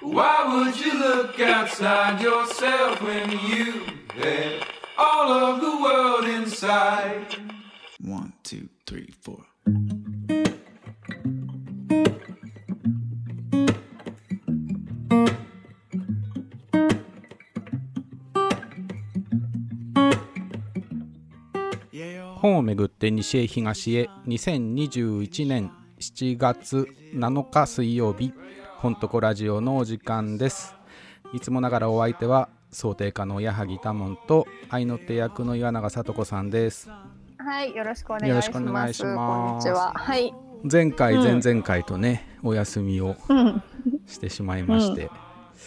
Why would you look outside yourself when you had all of the world inside? 1, 2, 3, 4. 本をめぐって西へ東へ2021年7月7日水曜日本とこラジオのお時間です。いつもながらお相手は想定家の矢作多門と愛の手役の岩永聡子さんです。 はい、よろしくお願いします。こんにちは。はい。 前回、前々回とねお休みをしてしまいまして、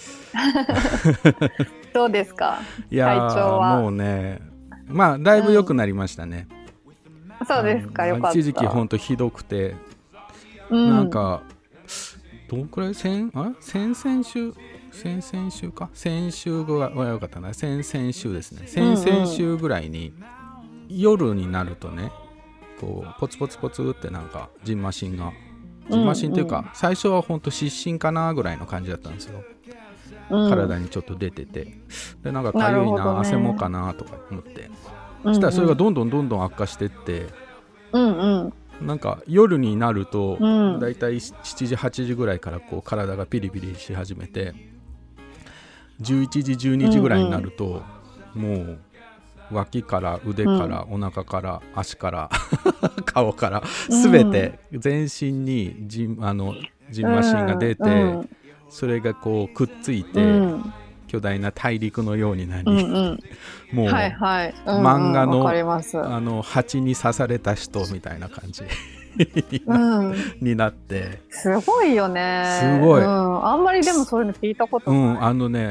どうですか？ いや体調はもうねまあだいぶ良くなりましたね。 そうですか、よかった。 一時期ほんとひどくて、なんかどんくらい先々週か先週は良かったな先々週ですね、先々週ぐらいに夜になるとねこうポツポツポツってなんかジンマシンっていうか、最初はほんと湿疹かなぐらいの感じだったんですよ。体にちょっと出てて、でなんかかゆいな、汗もかなとか思って、そしたらそれがどんどん悪化してって、なんか夜になるとだいたい7時8時ぐらいからこう体がピリピリし始めて、11時12時ぐらいになるともう脇から腕からお腹から足から顔から全て全身にジンマシンが出て、それがこうくっついて、巨大な大陸のようになり、もう、漫画の蜂に刺された人みたいな感じになって、 すごいよね。 すごい、 あんまりでもそういうの聞いたことない。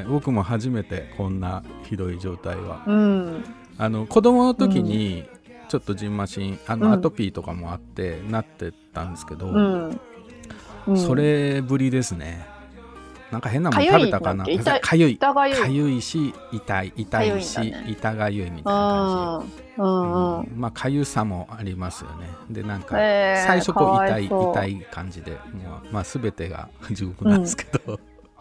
僕も初めてこんなひどい状態は、子供の時にちょっとジンマシンアトピーとかもあってなってたんですけど、それぶりですね。なんか変なもの食べたかな。かゆいし痛いし痛がゆいみたいな感じ。まあかゆさもありますよね。でなんか最初こう痛い感じで、もうまあ全てが地獄なんですけど、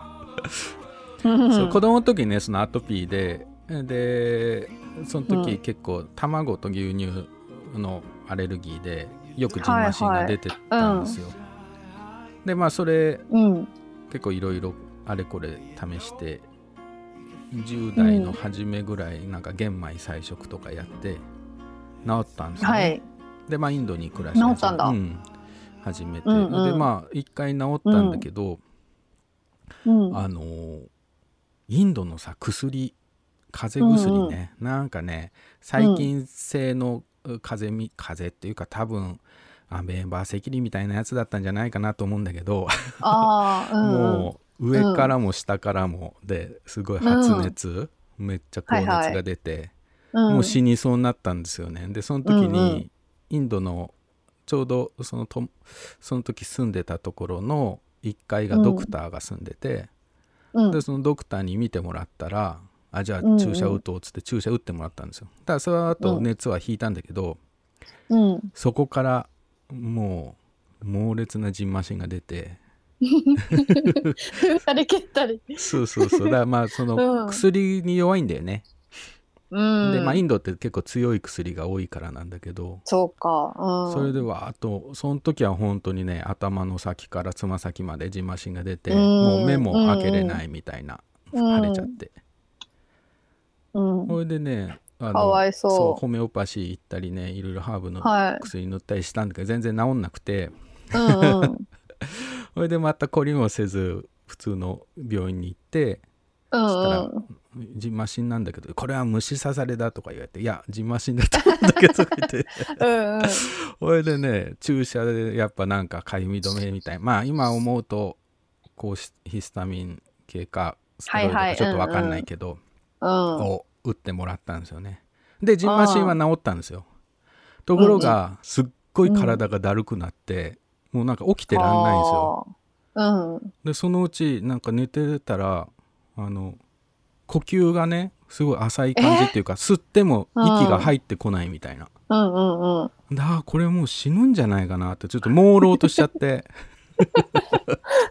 そう子供の時ねそのアトピーでその時結構卵と牛乳のアレルギーでよくジンマシンが出てたんですよ。でまあそれ、結構いろいろあれこれ試して10代の初めぐらいなんか玄米菜食とかやって治ったんですよね。でまあインドに暮らし始めて、でまあ一回治ったんだけど、インドのさ風邪薬ね、なんかね細菌性の風邪っていうか多分アメーバー赤痢みたいなやつだったんじゃないかなと思うんだけどもう上からも下からもですごい発熱、めっちゃ高熱が出て、もう死にそうになったんですよね。でその時にインドのちょうどその時住んでたところの1階がドクターが住んでて、でそのドクターに見てもらったら、じゃあ注射打とうっつって注射打ってもらったんですよ。ただその後熱は引いたんだけど、そこからもう猛烈なジンマシンが出てそうだからまあその薬に弱いんだよね。でまあインドって結構強い薬が多いからなんだけど、 そうか、 それではあとその時は本当にね頭の先からつま先までジンマシンが出て、もう目も開けれないみたいな、腫れちゃって、それでねかわいそう。 ホメオパシー行ったりね、いろいろハーブの薬塗ったりしたんだけど、全然治んなくて、それでまた懲りもせず普通の病院に行って、そしたらジンマシンなんだけど、これは虫刺されだとか言われて、いやジンマシンだったんだけどとか言ってそれでね注射でやっぱなんかかゆみ止めみたいな、まあ今思うとこうヒスタミン系かステロイドかちょっと分かんないけど、を打ってもらったんですよね。でジンマシンは治ったんですよ。ところがすっごい体がだるくなって、もうなんか起きてらんないんですよ。でそのうちなんか寝てたら呼吸がねすごい浅い感じっていうか、吸っても息が入ってこないみたいな、これもう死ぬんじゃないかなってちょっと朦朧としちゃって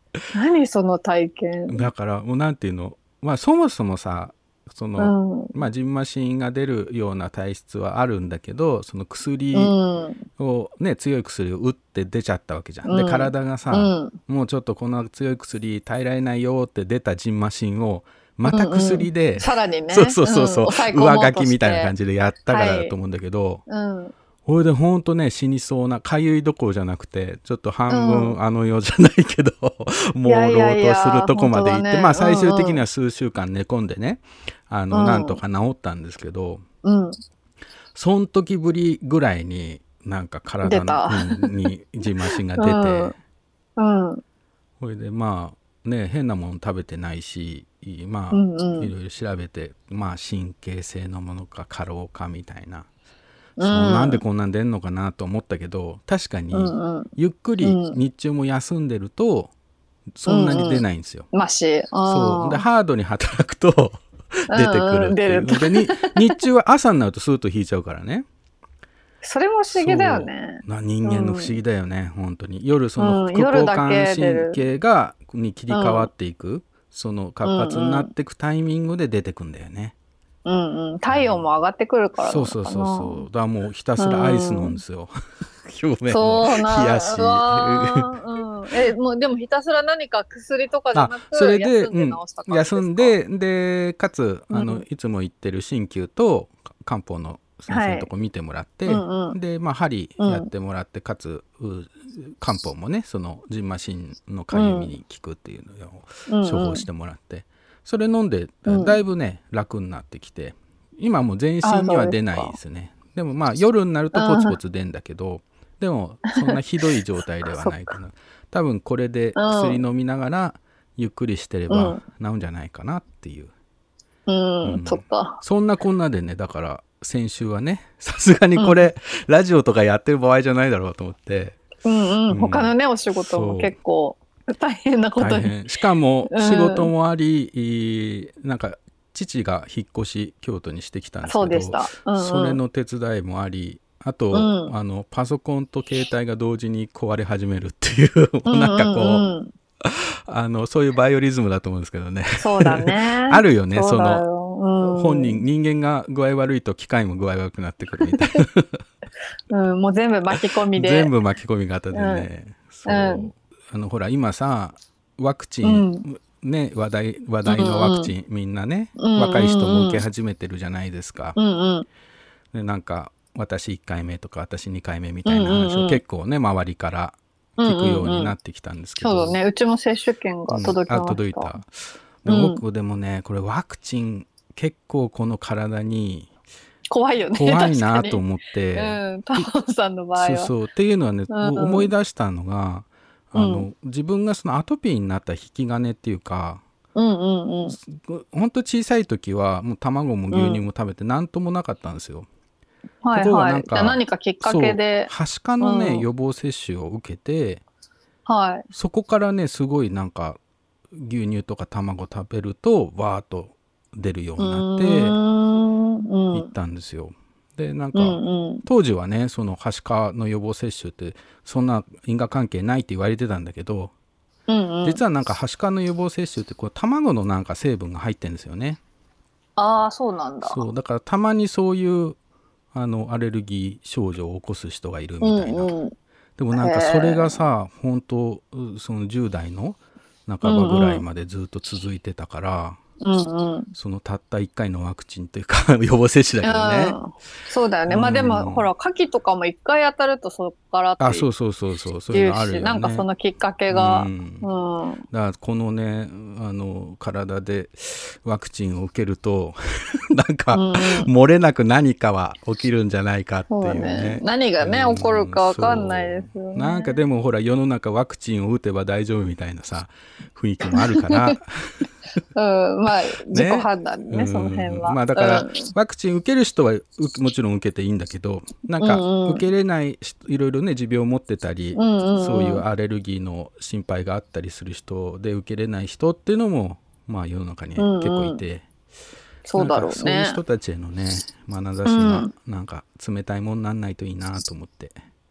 何その体験。 だからもうなんていうの、まあそもそもさ、その、まあジンマシンが出るような体質はあるんだけど、その薬をね、強い薬を打って出ちゃったわけじゃん。で体がさ、もうちょっとこの強い薬耐えられないよって出たジンマシンをまた薬で、 さらにね、 そう上書きみたいな感じでやったからだと思うんだけど、これでほんとね、死にそうな、かゆいどころじゃなくて、ちょっと半分あの世じゃないけど、朦朧とするとこまで行って、まあ最終的には数週間寝込んでね、なんとか治ったんですけど、そん時ぶりぐらいになんか体にジンマシンが出て、それでまあね、変なもの食べてないし、まあいろいろ調べて、まあ神経性のものか過労かみたいな、なんでこんなん出んのかなと思ったけど、確かにゆっくり日中も休んでるとそんなに出ないんですよ。 マシ。 そうでハードに働くと出てくるっていうで、日中は朝になるとスーッと引いちゃうからね。 それも不思議だよね。 人間の不思議だよね、本当に。夜その副交感神経に切り替わっていく、その活発になっていくタイミングで出てくんだよね。 体温も上がってくるからそうだからもうひたすらアイス飲むんですよ、表面を冷やし。 もうでもひたすら何か薬とかじゃなくそれで休んで治した感じですか？ 休んでかついつも行ってる鍼灸と漢方の先生のとこ見てもらって、でまあ針やってもらって、かつ漢方もね、そのジンマシンのかゆみに効くっていうのを処方してもらって、それ飲んでだいぶね、楽になってきて、今もう全身には出ないですね。でもまあ夜になるとポツポツ出んだけど、でもそんなひどい状態ではないかな。多分これで薬飲みながらゆっくりしてれば治るんじゃないかなっていう。 そっか。 そんなこんなでね、だから先週はね、さすがにこれ、ラジオとかやってる場合じゃないだろうと思って、 他のねお仕事も結構大変なことに。 しかも仕事もあり、なんか父が引っ越し京都にしてきたんですけど、 そうでした。 それの手伝いもあり、あと、パソコンと携帯が同時に壊れ始めるっていう、なんかこう、そういうバイオリズムだと思うんですけどね。 そうだね。 あるよね、その人間が具合悪いと機械も具合悪くなってくるみたいな。もう全部巻き込みで。 全部巻き込み型でね。ほら今さ、ワクチン、ね、話題のワクチン、みんなね、若い人も受け始めてるじゃないですか。でなんか私1回目とか私2回目みたいな話を結構ね、周りから聞くようになってきたんですけど、 そうだね、うちも接種券が届きました。 届いた。で僕でもね、これワクチン結構この体に怖いよね。 怖いなと思って、 タモンさんの場合は。 そうっていうのはね、思い出したのが、自分がそのアトピーになった引き金っていうか、ほんと小さい時はもう卵も牛乳も食べて何ともなかったんですよ。 何かきっかけではしかのね、予防接種を受けて、そこからねすごいなんか牛乳とか卵食べるとわーっと出るようになっていったんですよ。でなんか、当時はね、そのはしかの予防接種ってそんな因果関係ないって言われてたんだけど、実はなんかはしかの予防接種ってこう卵のなんか成分が入ってるんですよね。 そうなんだ。 そうだからたまにそういうアレルギー症状を起こす人がいるみたいな。でもなんかそれがさ、本当その10代の半ばぐらいまでずっと続いてたから、そのたった1回のワクチンというか予防接種だけどね、 そうだよね。まあでもほら牡蠣とかも1回当たるとそこからってそうそういうのあるよね。 なんかそのきっかけが、 だからこのね体でワクチンを受けるとなんか、漏れなく何かは起きるんじゃないかっていうね。 何がね、起こるか分かんないですよね。 なんかでもほら世の中ワクチンを打てば大丈夫みたいなさ雰囲気もあるからまあ自己判断ね、その辺は。 まあだから、ワクチン受ける人はもちろん受けていいんだけど、なんか受けれないいろいろね持病を持ってたり、そういうアレルギーの心配があったりする人で受けれない人っていうのもまあ世の中に結構いて、 そうだろうね。 そういう人たちへのね眼差しがなんか冷たいもんなんないといいなと思って、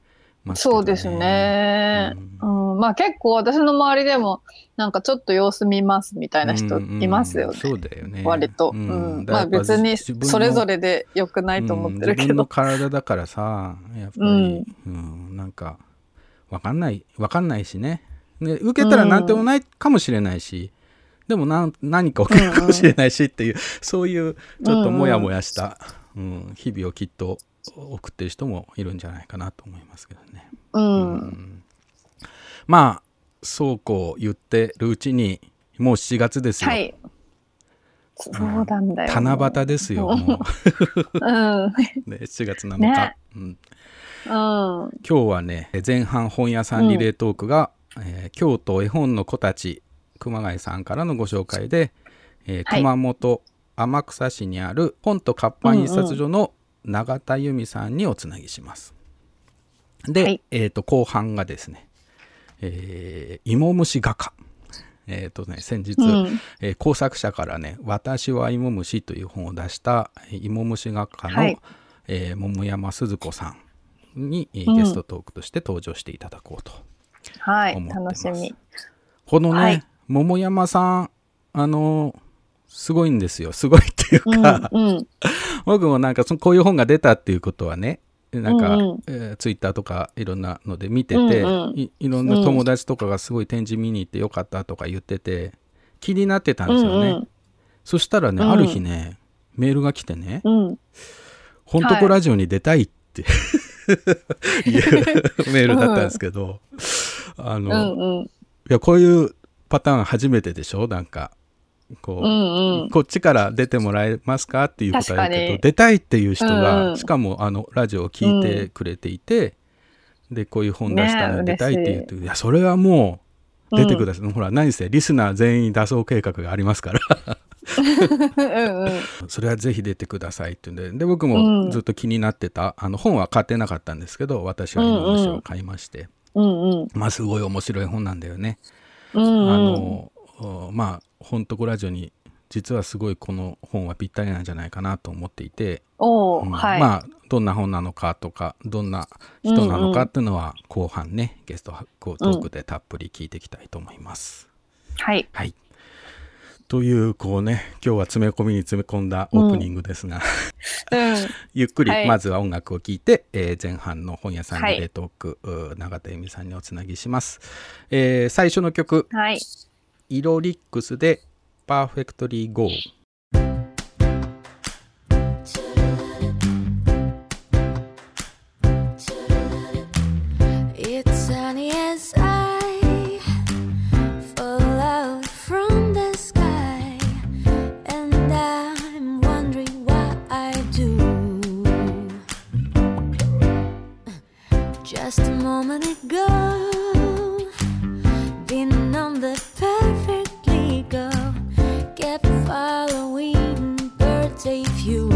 ますけどね。 そうですね。まあ結構私の周りでもなんかちょっと様子見ますみたいな人いますよね。 そうだよね。 割と。まあ別にそれぞれで良くないと思ってるけど。 自分の体だからさ、やっぱり、なんかわかんないしね。で受けたらなんてもないかもしれないし、でも何か起きるかもしれないしっていう、そういうちょっとモヤモヤした、日々をきっと送ってる人もいるんじゃないかなと思いますけどね。まあそうこう言ってるうちにもう7月ですよ。はい。 そうなんだよ。 七夕ですよ。もうね、7月7日。ね、今日はね、前半本屋さんリレートークが、京都絵本の子たち熊谷さんからのご紹介で、熊本天草市にある本と活版印刷所の永田由美さんにおつなぎします。で、後半がですね、芋虫画家。先日、工作者からね、私は芋虫という本を出した芋虫画家の、桃山鈴子さんに、ゲストトークとして登場していただこうと思ってます。楽しみ。このね、桃山さん、すごいんですよ。すごいっていうか、僕もなんかこういう本が出たっていうことはね、なんか、ツイッターとかいろんなので見てて、いろんな友達とかがすごい展示見に行ってよかったとか言ってて気になってたんですよね。そしたらね、ある日ねメールが来てね、本当ラジオに出たいっていうメールだったんですけど、いやこういうパターン初めてでしょ。なんかこっちから出てもらえますかっていうことだけど、出たいっていう人が、しかもラジオを聞いてくれていて、でこういう本出したのに出たいって言って、いやそれはもう出てください、ほら何せリスナー全員出そう計画がありますからそれはぜひ出てくださいって言うんで、僕もずっと気になってた、本は買ってなかったんですけど、私は今虫を買いまして、まあすごい面白い本なんだよね。まあ本とこラジオに実はすごいこの本はぴったりなんじゃないかなと思っていて、まあどんな本なのかとかどんな人なのかっていうのは後半ね、ゲストトークでたっぷり聞いていきたいと思います。はい、というこうね、今日は詰め込みに詰め込んだオープニングですが、ゆっくりまずは音楽を聴いて、前半の本屋さんリレートーク、永田由美さんにおつなぎします。最初の曲、イロリックスでパーフェクトリーゴー。 Just a moment ago, been on the perfectly go, kept following birthday view.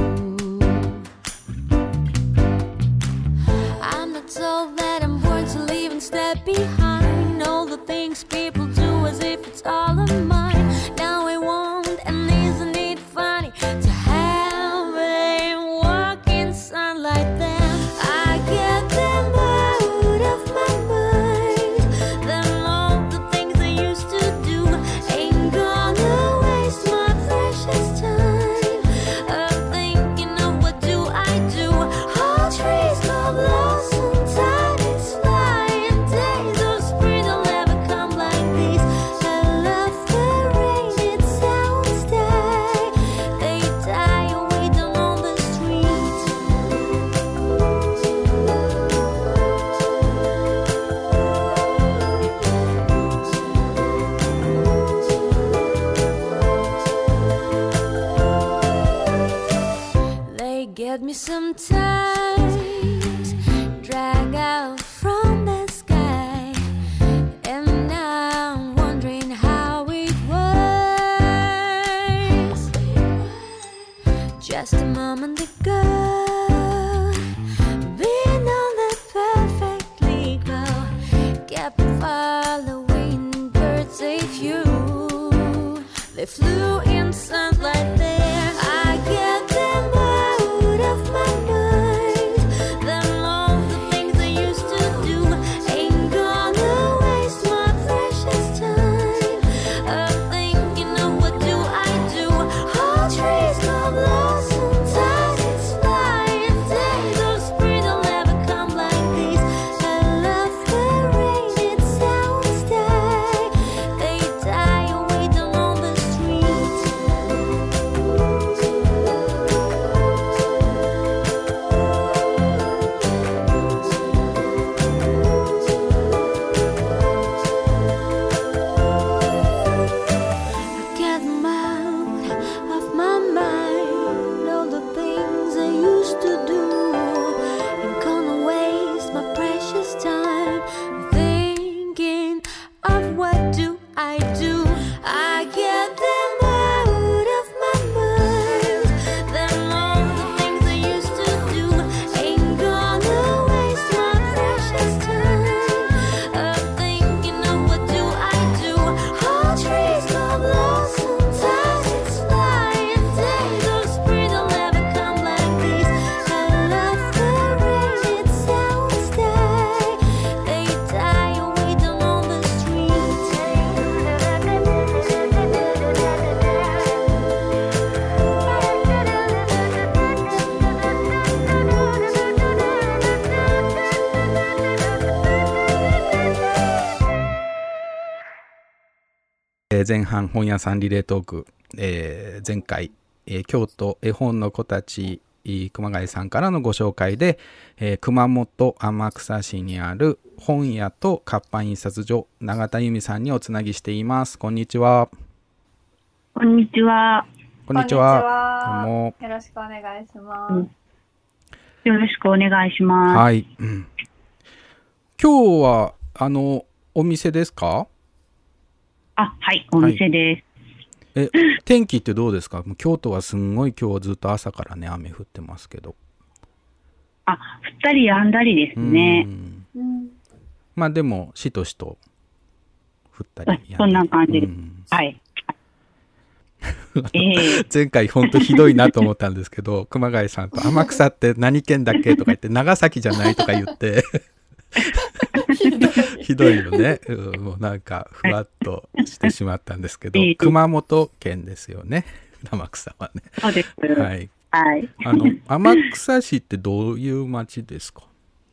I'm not told that I'm born to leave and step behind all the things people do as if it's all of mine. Now I want, and isn't it funny to have a walk in sunlight then? I get them out of my mind. Then all the things I used to do ain't gonna waste my precious time of thinking of what do I do. All trees of blossom, time is flying. Days of spring will never come like these. I love the rain, it sounds die. They die away down on the street. They get me sometimes, drag out from the sky, and now I'm wondering how it was. Just a moment ago, being on the perfectly go, kept following birds a few. They flew in sunlight there. I get them out of my mind. Then all the things I used to do 前半本屋さんリレートーク、前回、京都絵本の子たち熊谷さんからのご紹介で、熊本天草市にある本屋と活版印刷所永田由美さんにおつなぎしています。こんにちは。 こんにちは。 こんにちは。どうも。 よろしくお願いします。 よろしくお願いします。 はい。今日はお店ですか？ はい、お店です。 天気ってどうですか？もう京都はすんごい今日はずっと朝からね雨降ってますけど。 降ったりやんだりですね。 まあでもしとしと降ったりやんだり。 そんな感じです。はい。 前回本当ひどいなと思ったんですけど熊谷さんと天草って何県だっけとか言って長崎じゃないとか言ってひどいよね、もうなんかふわっとしてしまったんですけど、熊本県ですよね天草はね。 そうです。 はい、 はい、 天草市ってどういう町ですか？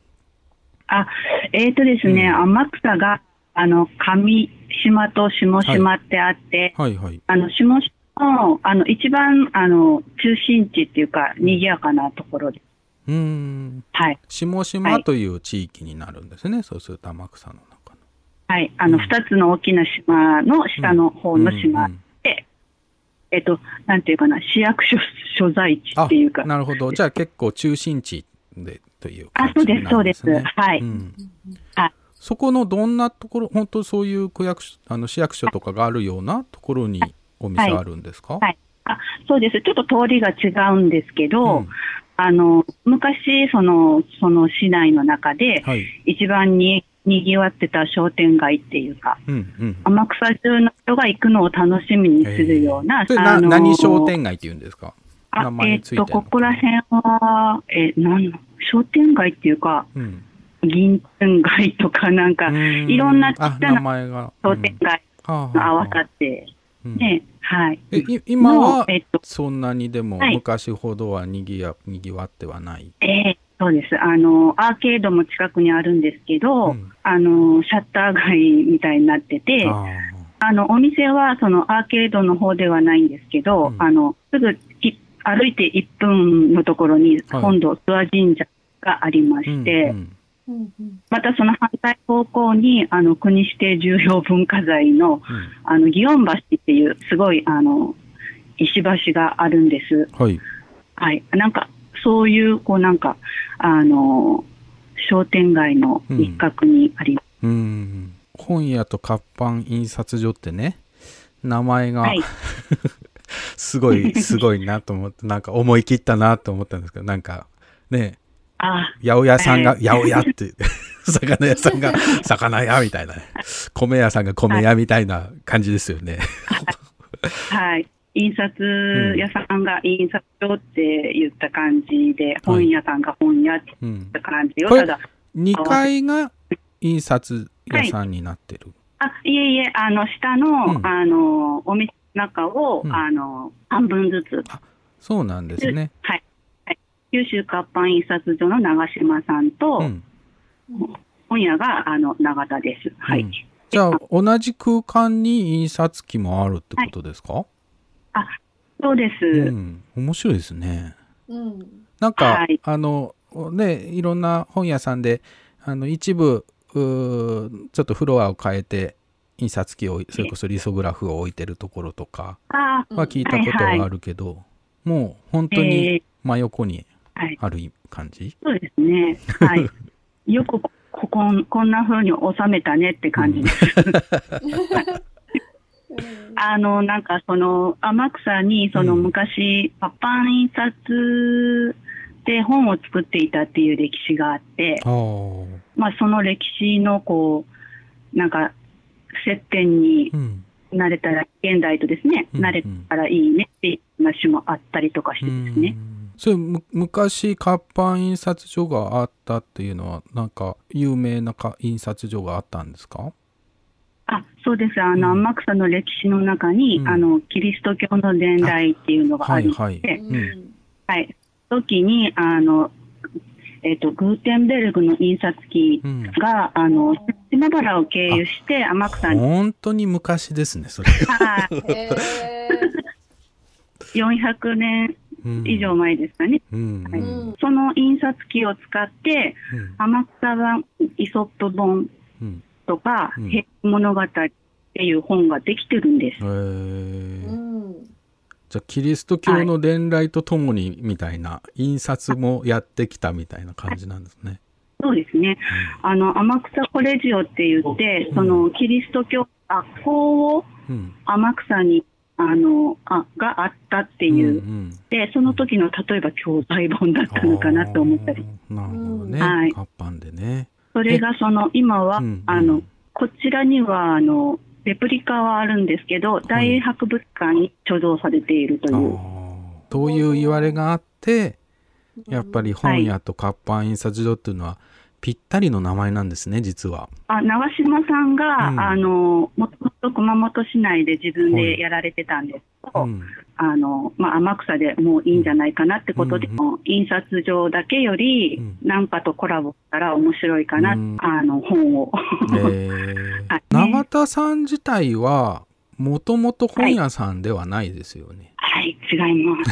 ですね、天草が上島と下島ってあって、 はいはい、 下島の一番中心地っていうか賑やかなところです。はい、 下島という地域になるんですね、そうすると天草の中の。 はい、2つの大きな島の下の方の島で、なんていうかな、市役所所在地っていうか。 なるほど。じゃあ結構中心地でという感じなんですね。 そうです、そうです。はい。 そこのどんなところ、本当そういう市役所とかがあるようなところにお店あるんですか？ はい。そうです。ちょっと通りが違うんですけど、昔その市内の中で一番に賑わってた商店街っていうか、天草中の人が行くのを楽しみにするような、 何商店街っていうんですか？名前ついてるのかな？ ここら辺は商店街っていうか、銀天街とかなんかいろんな小さな商店街が合わさって、はい。 今はそんなにでも昔ほどはにぎわってはない。 そうです。アーケードも近くにあるんですけど、シャッター街みたいになってて、お店はそのアーケードの方ではないんですけど、すぐ歩いて1分のところに本堂諏訪神社がありまして、またその反対方向に国指定重要文化財の、祇園橋っていうすごい石橋があるんです。はい。はい。なんかそういうなんか商店街の一角にあります。 本屋と活版印刷所ってね、名前が、すごいなと思って、なんか思い切ったなと思ったんですけど、なんかね。八百屋さんが八百屋って魚屋さんが魚屋みたいな、米屋さんが米屋みたいな感じですよね。 はい、印刷屋さんが印刷所って言った感じで、本屋さんが本屋って言った感じを、ただ 2階が印刷屋さんになってる？ いえいえ、下の、お店の中を、半分ずつ。 そうなんですね。 はい。九州活版印刷所の長島さんと、本屋が永田です。はい。 じゃあ同じ空間に印刷機もあるってことですか？ そうです。 面白いですね。なんか、いろんな本屋さんで一部ちょっとフロアを変えて印刷機をそれこそリソグラフを置いてるところとかは聞いたことはあるけど、もう本当に真横にある感じ？ そうですね。はい。よくこんな風に収めたねって感じです。なんか天草に昔活版印刷で本を作っていたっていう歴史があって、まあその歴史のなんか接点になれたら、現代とですね、なれたらいいねっていう話もあったりとかしてですね。 それ昔活版印刷所があったっていうのはなんか有名な印刷所があったんですか？ そうです。天草の歴史の中に、キリスト教の伝来っていうのがありまして、はい。時にグーテンベルグの印刷機が、島原を経由して天草に。 本当に昔ですね、それ。 はい。400年以上前ですかね。はい、その印刷機を使って、天草版イソップ本とか、平物語っていう本ができてるんです。 じゃあキリスト教の伝来とともにみたいな、印刷もやってきたみたいな感じなんですね。 そうですね。天草コレジオって言って、そのキリスト教学校を天草に、があったっていう、でその時の例えば教材本だったのかなと思ったり。 なるほどね。はい、活版でね。 それが今は、こちらにはレプリカはあるんですけど、大博物館に貯蔵されているという。 そういう言われがあって、やっぱり本屋と活版印刷所っていうのはぴったりの名前なんですね、実は。 長島さんが、もともと熊本市内で自分でやられてたんですけど、天草でもういいんじゃないかなってことで、印刷所だけより何かとコラボしたら面白いかな、本を。 永田さん自体はもともと本屋さんではないですよね。 はい、違います。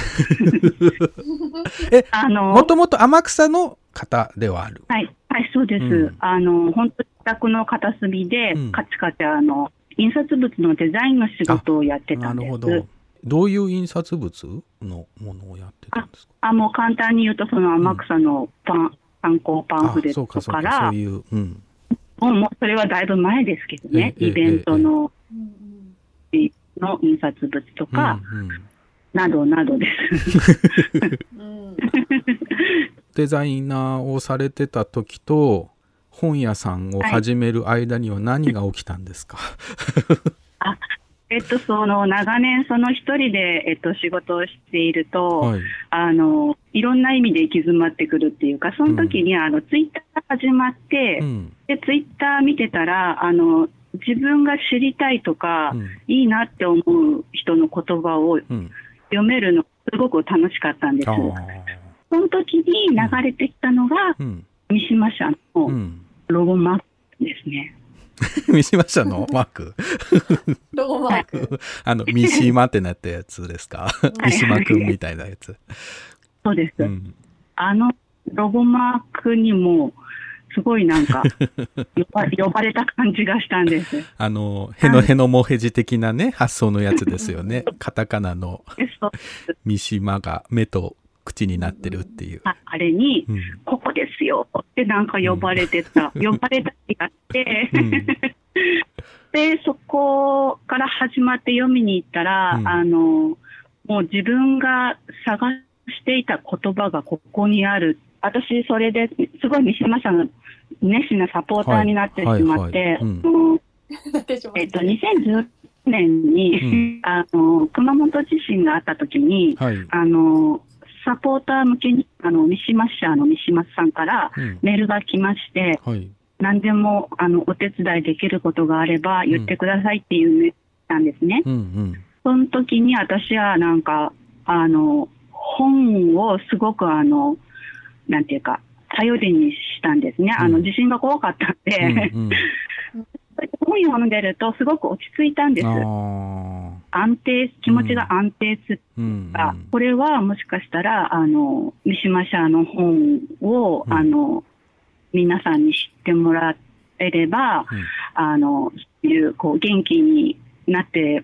もともと天草の方ではある。 はい、そうです。本当に自宅の片隅で、カチカチ印刷物のデザインの仕事をやってたんです。なるほど。 どういう印刷物のものをやってたんですか？ もう簡単に言うと、その天草の観光パンフレットから、もうそれはだいぶ前ですけどね、イベントの印刷物とか、などなどです。 デザイナーをされてた時と本屋さんを始める間には何が起きたんですか？ 長年一人で、仕事をしていると、いろんな意味で行き詰まってくるっていうか、その時にツイッターが始まって、でツイッター見てたら自分が知りたいとか、いいなって思う人の言葉を読めるのすごく楽しかったんです。その時に流れてきたのが、三島社のロゴマークですね。 三島社のマークロゴマーク三島ってなったやつですか？三島くんみたいなやつ。 そうです。ロゴマークにもすごいなんか呼ばれた感じがしたんです。 へのへのもへじ的なね、発想のやつですよね。カタカナの三島が目と口になってるっていう。 あれに、ここですよってなんか呼ばれてたってやって、でそこから始まって読みに行ったら、もう自分が探していた言葉がここにある。私それですごい三島さんの熱心なサポーターになってしまって、2010年に、熊本地震があった時に、サポーター向けに三島社の三島さんからメールが来まして、何でもお手伝いできることがあれば言ってくださいっていうメールなんですね。その時に私はなんか本をすごくなんていうか頼りにしたんですね。地震が怖かったんで、本読んでるとすごく落ち着いたんです。気持ちが安定する、これはもしかしたら三島社の本を、皆さんに知ってもらえれば、そういう元気になる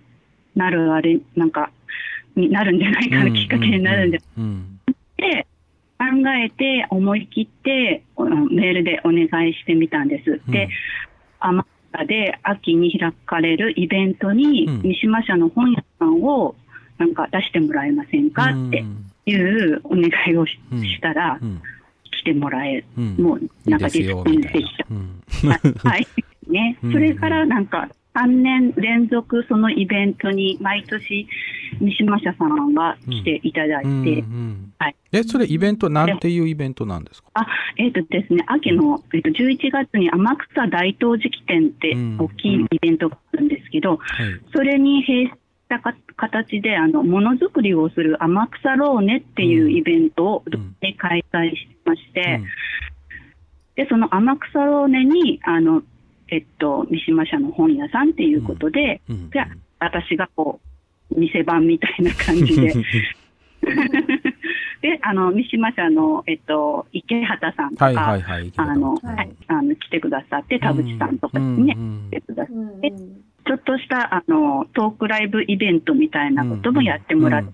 になるんじゃないかな、きっかけになるんじゃないか、で考えて思い切ってメールでお願いしてみたんです。でで秋に開かれるイベントに三島社の本屋さんをなんか出してもらえませんかっていうお願いをしたら、来てもらえる、もうなんか実現できた。はいね、それからなんか3年連続そのイベントに毎年三島社さんが来ていただいて、 それイベントなんていうイベントなんですか？ ですね、秋の、11月に天草大陶磁器展って大きいイベントがあるんですけど、それに併た形でものづくりをする天草ローネっていうイベントを開催しまして、でその天草ローネに三島社の本屋さんっていうことで、じゃあ私がこう店番みたいな感じでで三島社の、池畑さんとか、来てくださって、田淵さんとかね、来てくださって、ちょっとしたトークライブイベントみたいなこともやってもらって、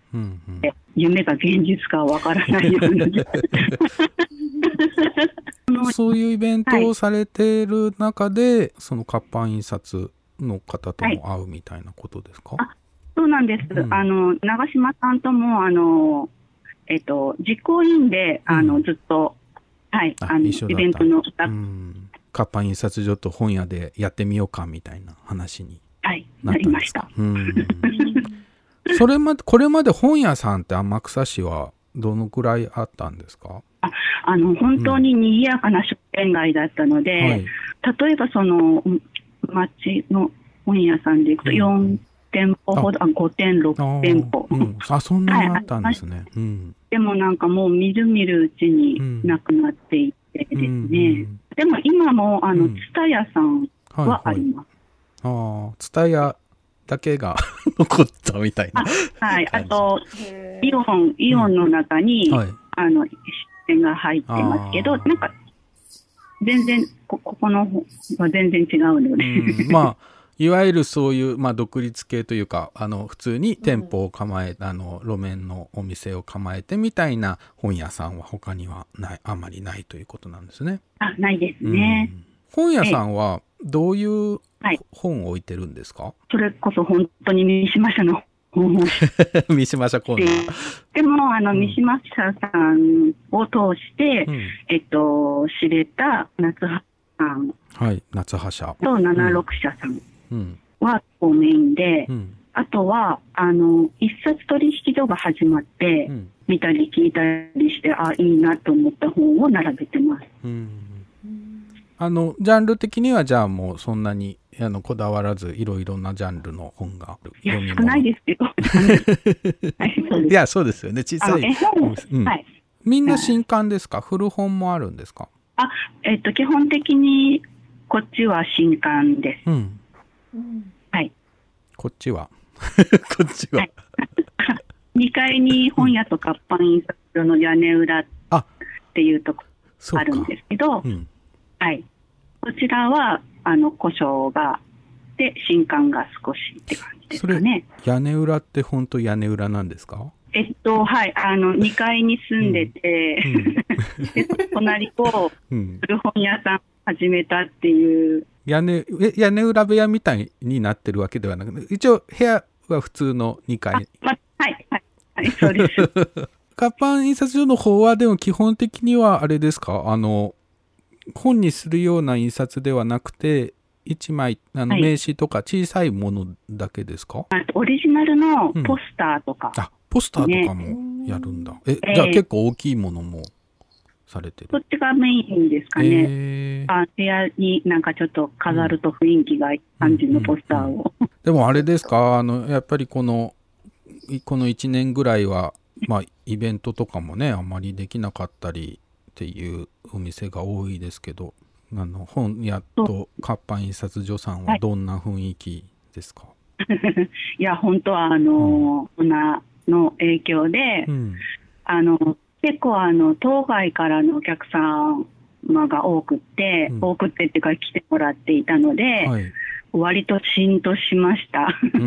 夢が現実かわからないようなそういうイベントをされている中で、その活版印刷の方とも会うみたいなことですか？ そうなんです。長島さんとも実行委員でずっと、イベントの活版印刷所と本屋でやってみようかみたいな話になりました。 これまで本屋さんって天草市はどのくらいあったんですか？ 本当に賑やかな商店街だったので、例えばその町の本屋さんでいくと4店舗ほど、5店、6店舗。 そんなにあったんですね。 でもなんかもうみるみるうちになくなっていってですね。でも今も蔦屋さんはあります。 蔦屋だけが残ったみたいな。 あとイオンの中に出店が入ってますけど、なんか全然ここのは全然違うので、 いわゆるそういう、独立系というか普通に店舗を構え、路面のお店を構えてみたいな本屋さんは他にはあまりないということなんですね。 ないですね。 本屋さんはどういう本を置いてるんですか？ それこそ本当に三島社の本を三島社コーナーでも三島社さんを通して、知れた夏葉さん、 夏葉社と76社さんはメインで、あとは一冊取引所が始まって、見たり聞いたりしていいなと思った本を並べてます。 ジャンル的にはじゃあもうそんなにこだわらずいろいろなジャンルの本がある。 いや少ないですけどいやそうですよね、小さいみんな新刊ですか？古本もあるんですか？ 基本的にこっちは新刊です。 こっちは 2階に本屋と活版印刷所の屋根裏っていうとこあるんですけど、こちらは古書がで新刊が少しって感じですかね。 それ屋根裏って本当屋根裏なんですか ？2階に住んでて、で隣を古本屋さん始めたっていう屋根裏部屋みたいになってるわけではなくて、一応部屋は普通の2階。 そうです。 活版印刷所の方はでも基本的にはあれですか？本にするような印刷ではなくて1枚名刺とか小さいものだけですか？ オリジナルのポスターとか、 ポスターとかもやるんだ。じゃあ結構大きいものもされてる？ こっちがメインですかね。部屋になんかちょっと飾ると雰囲気がいい感じのポスターを。 でもあれですか？やっぱりこの1年ぐらいはイベントとかもねあまりできなかったりっていうお店が多いですけど、本屋と活版印刷所さんはどんな雰囲気ですか？ いや本当はコロナの影響で、結構当該からのお客様が多くってっていうか来てもらっていたので、割としんとしました。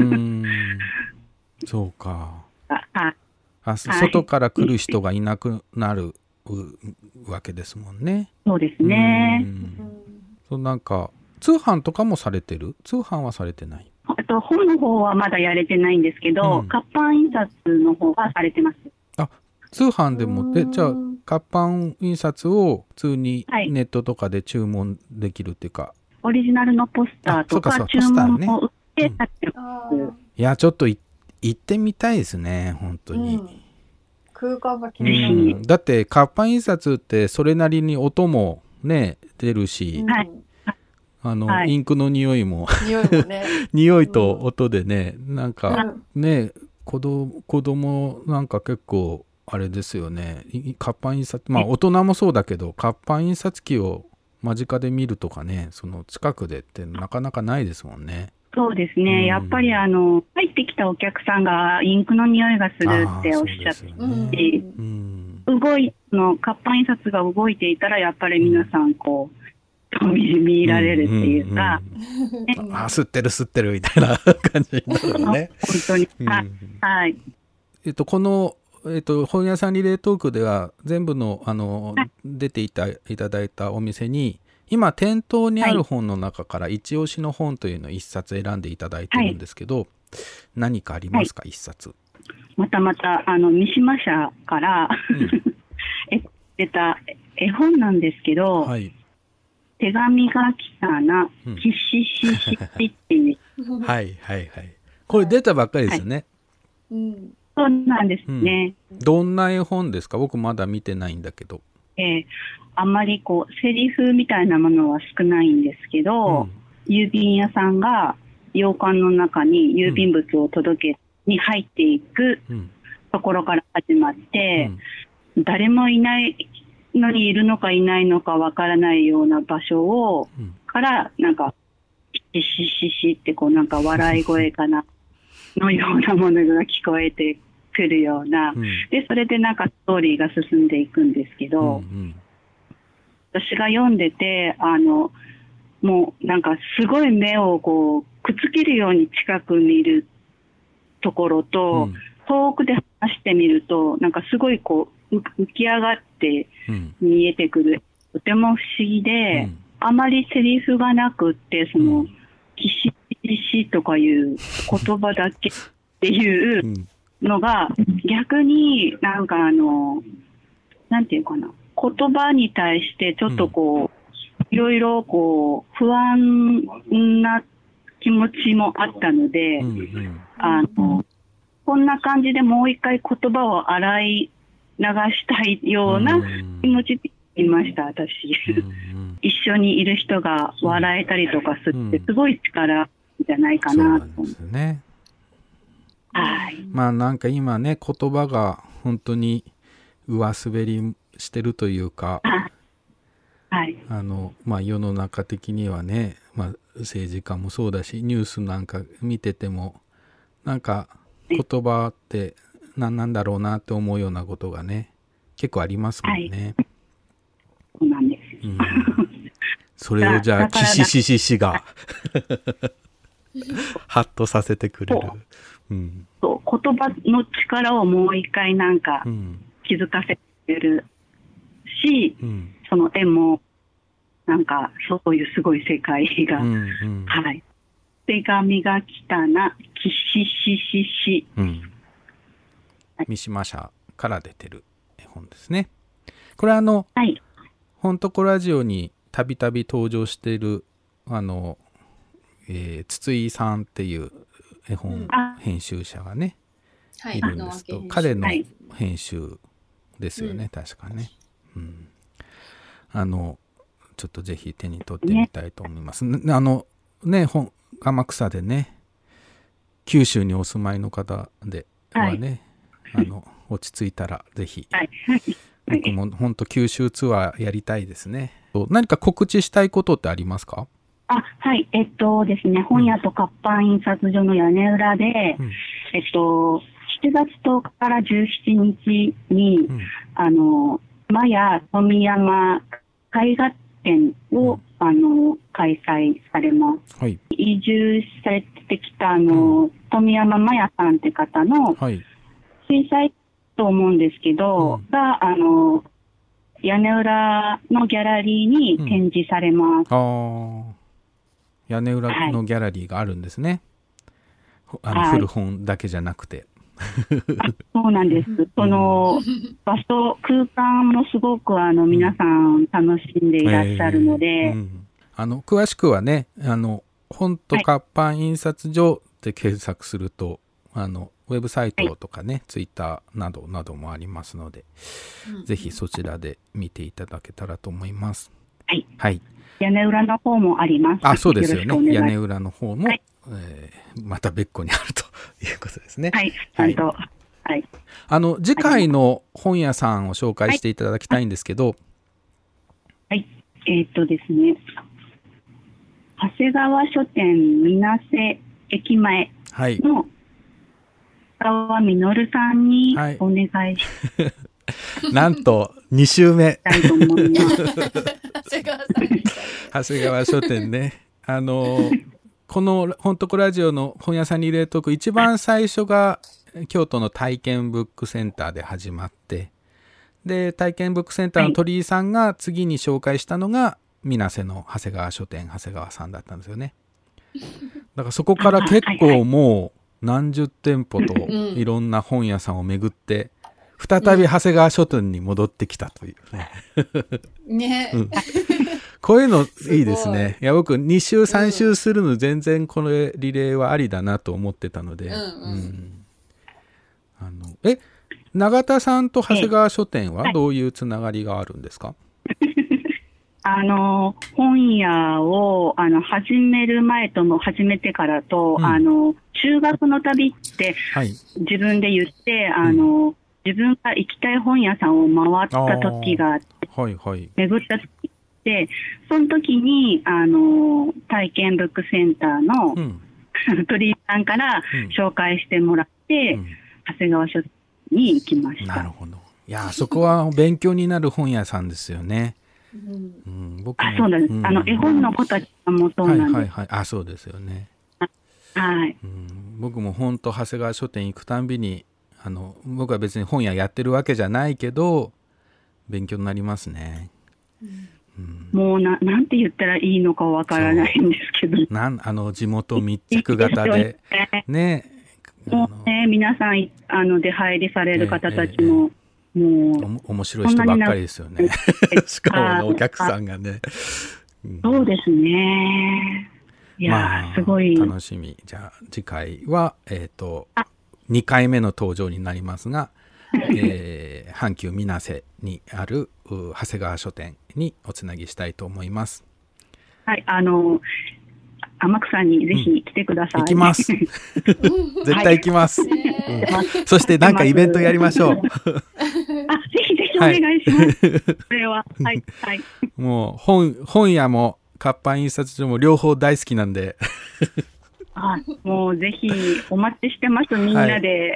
そうか。外から来る人がいなくなるわけですもんね。 そうですね。 なんか通販とかもされてる？通販はされてない？ 本の方はまだやれてないんですけど、活版印刷の方はされてます。 通販でもじゃあ活版印刷を普通にネットとかで注文できるっていうか、 オリジナルのポスターとか注文を売ってやってます。 いやちょっと行ってみたいですね本当に。 空間が気になる。 だって活版印刷ってそれなりに音もね出るし、 はいインクの匂いも匂いもね。 匂いと音でね、なんかね、子供なんか結構あれですよね、活版印刷、まあ大人もそうだけど活版印刷機を間近で見るとかね、その近くでってなかなかないですもんね。 そうですね、やっぱり入ってきたお客さんがインクの匂いがするっておっしゃって、活版印刷が動いていたらやっぱり皆さんこう見入られるっていうか、 吸ってるみたいな感じになるのね。 本当に、はい。 この本屋さんリレートークでは全部の出ていただいたお店に今店頭にある本の中から一押しの本というのを一冊選んでいただいてるんですけど、何かありますか、一冊。 また三島社から、出た絵本なんですけど、手紙が来たな、キシシシっていう。 はいはいはい。これ出たばっかりですよね。 そうなんですね。 どんな絵本ですか？僕まだ見てないんだけど。 あんまりこうセリフみたいなものは少ないんですけど、郵便屋さんが洋館の中に郵便物を届けに入っていくところから始まって、誰もいないのにいるのかいないのかわからないような場所を、からなんかシシシシってこうなんか笑い声かなのようなものが聞こえてくるような、でそれでなんかストーリーが進んでいくんですけど、私が読んでてもうなんかすごい目をこうくっつけるように近く見るところと、遠くで話してみるとなんかすごいこう浮き上がって見えてくる、とても不思議で、あまりセリフがなくってその、キシシとかいう言葉だけっていうのが、逆になんかなんていうかな、言葉に対してちょっとこう、いろいろこう不安な気持ちもあったので、こんな感じでもう一回言葉を洗い流したいような気持ちでいました、私。一緒にいる人が笑えたりとかすってすごい力じゃないかなと思って。 まあなんか今ね、言葉が本当に上滑りしてるというか、まあ世の中的にはね、まあ政治家もそうだし、ニュースなんか見ててもなんか言葉って何なんだろうなって思うようなことがね、結構ありますもんね。 そうなんです。 それをじゃあキシシシシがハッとさせてくれる。 そう言葉の力をもう一回なんか気づかせてるし、その絵もなんかそういうすごい世界が、手紙が来たな、キシシシシ。 三島社から出てる絵本ですね。これほんとこラジオにたびたび登場している筒井さんっていう絵本編集者がね、いるんですけど、彼の編集ですよね、確かね。ちょっとぜひ手に取ってみたいと思います。天草でね、九州にお住まいの方ではね、落ち着いたらぜひ、僕も本当九州ツアーやりたいですね。何か告知したいことってありますか？ ですね、本屋と活版印刷所の屋根裏で、7月10日から17日に、マヤ富山絵画展を、開催されます。移住されてきた富山マヤさんって方の、小さいと思うんですけど、が屋根裏のギャラリーに展示されます。 屋根裏のギャラリーがあるんですね。古本だけじゃなくて。 そうなんです。その場所、空間もすごく皆さん楽しんでいらっしゃるので、 詳しくはね、本と活版印刷所で検索すると、ウェブサイトとかね、ツイッターなどなどもありますので、ぜひそちらで見ていただけたらと思います。 屋根裏の方もあります。 あ、そうですよね。屋根裏裏の方も、 はいまた別個にあるということですね。 はい、ちゃんと、はい。 次回の本屋さんを紹介していただきたいんですけど。 はい。ですね、長谷川書店水瀬駅前の川実さんにお願いします。 なんと2週目。 長谷川書店ね。この本とこラジオの本屋さんに入れとく一番最初が京都の体験ブックセンターで始まって、で体験ブックセンターの鳥居さんが次に紹介したのが水瀬の長谷川書店長谷川さんだったんですよね。だからそこから結構もう何十店舗といろんな本屋さんを巡って再び長谷川書店に戻ってきたというね。ね、こういうのいいですね。いや僕2週3週するの全然このリレーはありだなと思ってたので、永田さんと長谷川書店はどういうつながりがあるんですか？ 本屋を始める前とも始めてからと、修学の旅って自分で言って、自分が行きたい本屋さんを回った時があって、巡った時で、その時に体験ブックセンターの、鳥居さんから紹介してもらって、長谷川書店に行きました。 なるほど。いやそこは勉強になる本屋さんですよね。僕もそうなんです。絵本の子たちもそうなんです。 あ、そうですよね。 はい。 僕も本と長谷川書店行くたんびに僕は別に本屋やってるわけじゃないけど勉強になりますね。 もうなんて言ったらいいのかわからないんですけど、 地元密着型でね。 もうね、皆さん出入りされる方たちも、もう面白い人ばっかりですよね。しかもお客さんがね。 そうですね。いや、すごい楽しみ。じゃあ次回は2回目の登場になりますが、阪急水瀬にある長谷川書店におつなぎしたいと思います。 はい、天草にぜひ来てください。 行きます。絶対行きます。そしてなんかイベントやりましょう。 ぜひぜひお願いします。これは、はい。 もう本屋も活版印刷所も両方大好きなんで。 もうぜひお待ちしてます、みんなで。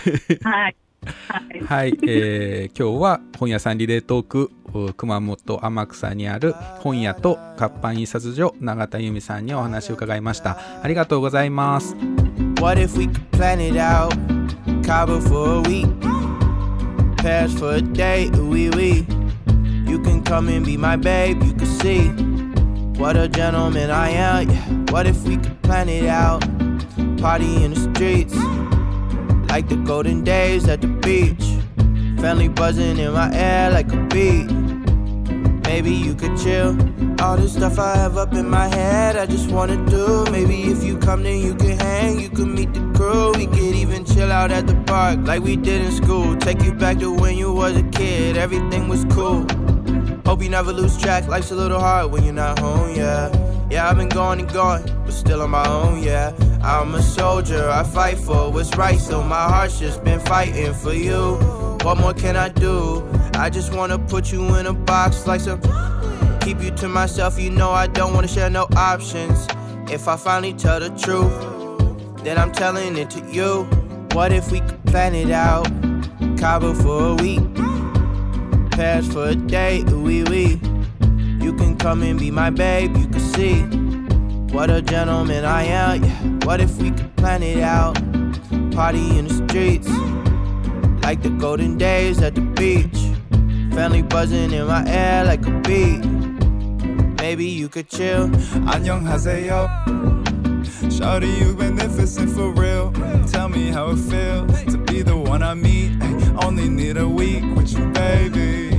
はい、今日は本屋さんリレートーク熊本天草にある本屋と活版印刷所永田由美さんにお話を伺いました。ありがとうございます。 What if we could plan it out? Cabo for a week, Paris for a day, oui oui. You can come and be my babe, you can see what a gentleman I am. Yeah. What if we could plan it out? Party in the streets like the golden days at the beach. Family buzzing in my ear like a beat. Maybe you could chill. All this stuff I have up in my head, I just wanna do. Maybe if you come then you can hang, you can meet the crew. We could even chill out at the park like we did in school. Take you back to when you was a kid, everything was cool. Hope you never lose track, life's a little hard when you're not home, yeah. Yeah, I've been going and going, but still on my own, yeah. I'm a soldier, I fight for what's right, so my heart's just been fighting for you. What more can I do? I just wanna put you in a box like some. Keep you to myself, you know I don't wanna share no options. If I finally tell the truth, then I'm telling it to you. What if we could plan it out? Cabo for a week, Paris for a day, oui oui. You can come and be my babe, you can see what a gentleman I am. Yeah. What if we could plan it out? Party in the streets like the golden days at the beach. Family buzzing in my ear like a beat. Maybe you could chill. 안녕하세요. Shawty, you beneficent for real. Tell me how it feel to be the one I meet. Only need a week with you, baby. You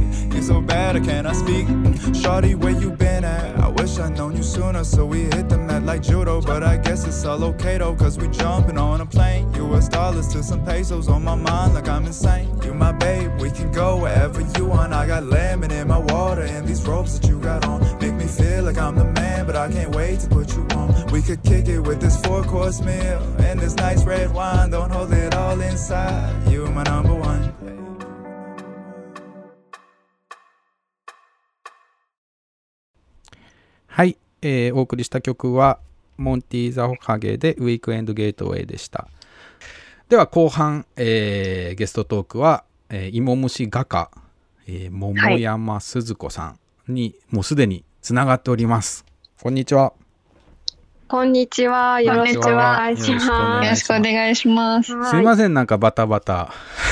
so bad, I cannot speak. Shawty, where you been at? I wish I'd known you sooner, so we hit the mat like judo. But I guess it's all okay though, cause we jumping on a plane. US dollars to some pesos on my mind like I'm insane. You my babe, we can go wherever you want. I got lemon in my water and these robes that you got on make me feel like I'm the man, but I can't wait to put you on. We could kick it with this 4-course meal and this nice red wine. Don't hold it all inside. You my number one. はい、お送りした曲はモンティ・ザ・ホカゲでウィークエンド・ゲートウェイでした。では後半、ゲストトークは、芋虫画家、桃山鈴子さんにもうすでにつながっております。こんにちは。 こんにちは。よろしくお願いします。 よろしくお願いします。 すいません、なんかバタバタ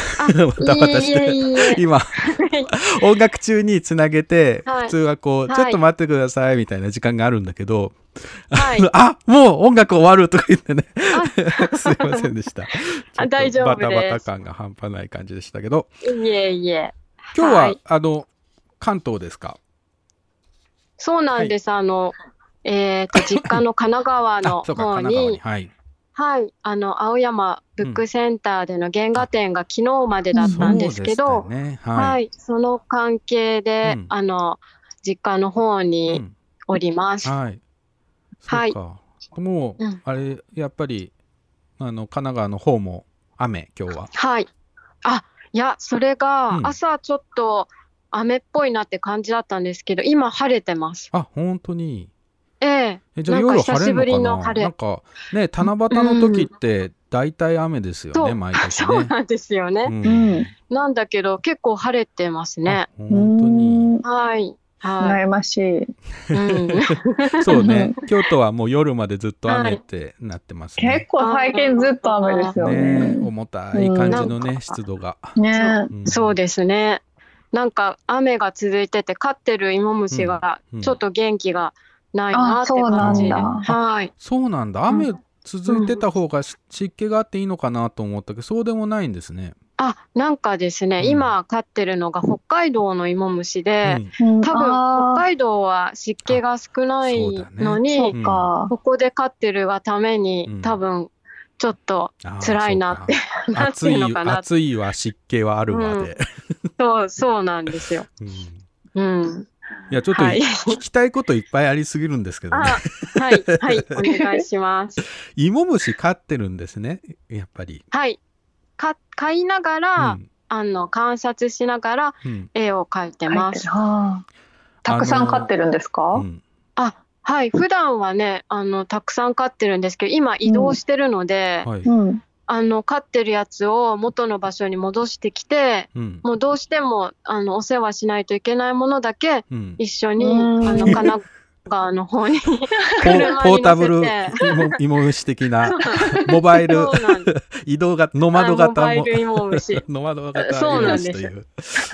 して今音楽中につなげて、普通はこう、ちょっと待ってくださいみたいな時間があるんだけど、あ、もう音楽終わるとか言ってねすいませんでした。 大丈夫です。 バタバタ感が半端ない感じでしたけど、 いえいえ。 今日は、関東ですか？ そうなんです。実家の神奈川の方に、はい、青山ブックセンターでの原画展が昨日までだったんですけど、その関係で、実家の方におります。 そうか。もう、あれ、やっぱり、神奈川の方も雨、今日は。 はい。いや、それが、朝ちょっと雨っぽいなって感じだったんですけど、今晴れてます。 本当に。 じゃあ夜晴れるのかな。なんかね、七夕の時って大体雨ですよね、毎年ね。 そうなんですよね。なんだけど結構晴れてますね。 本当に。 はい。 羨ましい。 そうね、京都はもう夜までずっと雨ってなってますね。 結構最近ずっと雨ですよね。 重たい感じのね、湿度が。 そうですね。なんか雨が続いてて飼ってる芋虫がちょっと元気がないなって感じで。 そうなんだ。雨続いてた方が湿気があっていいのかなと思ったけど、そうでもないんですね。 なんかですね、今飼ってるのが北海道の芋虫で、多分北海道は湿気が少ないのに、ここで飼ってるがために、多分ちょっと辛いなってなってるのかな。 暑いは湿気はあるわで。 そうなんですよ。 いや、ちょっと聞きたいこといっぱいありすぎるんですけどね。 はい、お願いします。 芋虫飼ってるんですね、やっぱり。 はい。飼いながら、観察しながら絵を描いてます。 たくさん飼ってるんですか？ はい、普段はね、たくさん飼ってるんですけど、今移動してるので、飼ってるやつを元の場所に戻してきて、もうどうしてもお世話しないといけないものだけ一緒に神奈川の方にポータブル芋虫的なモバイル移動型ノマド型モバイル芋虫ノマド型そうなんですという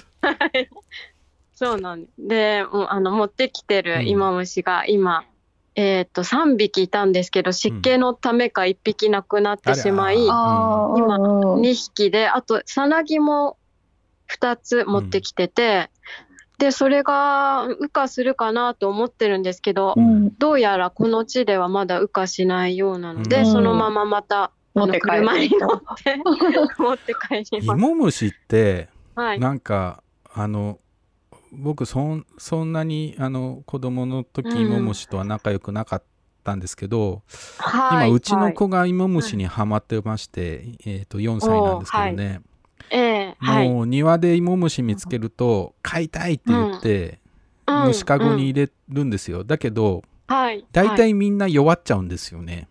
そうなんで持ってきてる芋虫が今3匹いたんですけど、湿気のためか1匹亡くなってしまい、今2匹で、あとさなぎも2つ持ってきてて、でそれが羽化するかなと思ってるんですけど、どうやらこの地ではまだ羽化しないようなので、そのまままた車に乗って持って帰ります。 芋虫って、なんか僕そんなに子供の時芋虫とは仲良くなかったんですけど、今うちの子が芋虫にはまってまして、4歳なんですけどね、もう庭で芋虫見つけると飼いたいって言って、虫かごに入れるんですよ。だけどだいたいみんな弱っちゃうんですよね。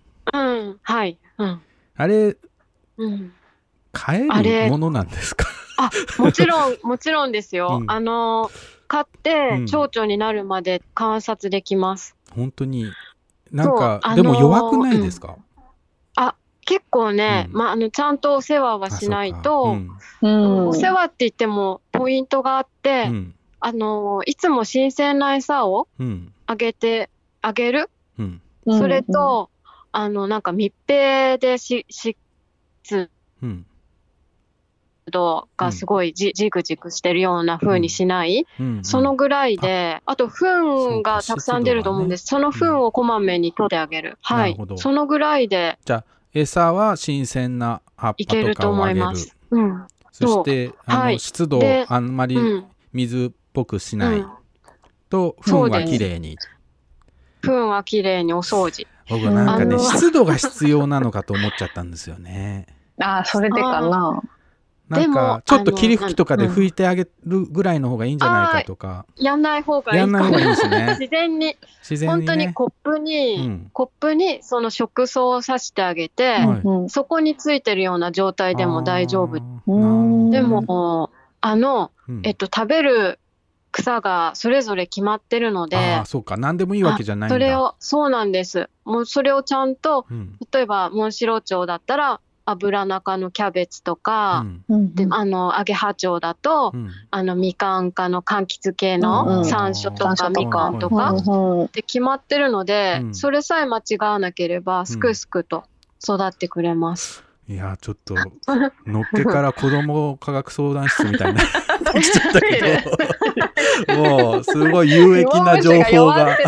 あれ、飼えるものなんですか？ もちろんですよ。飼って蝶々になるまで観察できます。 本当になんか、でも弱くないですか？ 結構ね、ちゃんとお世話はしないと、お世話って言ってもポイントがあって、いつも新鮮な餌をあげる、それとなんか密閉で度がすごいジグジグしてるような風にしない、そのぐらいで、あと糞がたくさん出ると思うんです。その糞をこまめに取ってあげる。はい。そのぐらいで。 じゃあ餌は新鮮な葉っぱとかをあげる。そして湿度をあんまり水っぽくしないと糞はきれいに。 糞はきれいにお掃除。 僕なんかね、湿度が必要なのかと思っちゃったんですよね。 それでかな。 なんかちょっと霧吹きとかで拭いてあげるぐらいの方がいいんじゃないかとか。 やんない方がいい。 やんない方がいいですね。 自然に本当にコップにその食槽を刺してあげて、そこについてるような状態でも大丈夫。でも食べる草がそれぞれ決まってるので、 そうか、何でもいいわけじゃないんだ。 そうなんです。もうそれをちゃんと、例えばモンシロチョウだったら油中のキャベツとか、でアゲハチョウだと、みかん科の柑橘系の山椒とかみかんとかで決まってるので、それさえ間違わなければすくすくと育ってくれます。 いやちょっとのっけから子ども科学相談室みたいなできちゃったけどもうすごい有益な情報が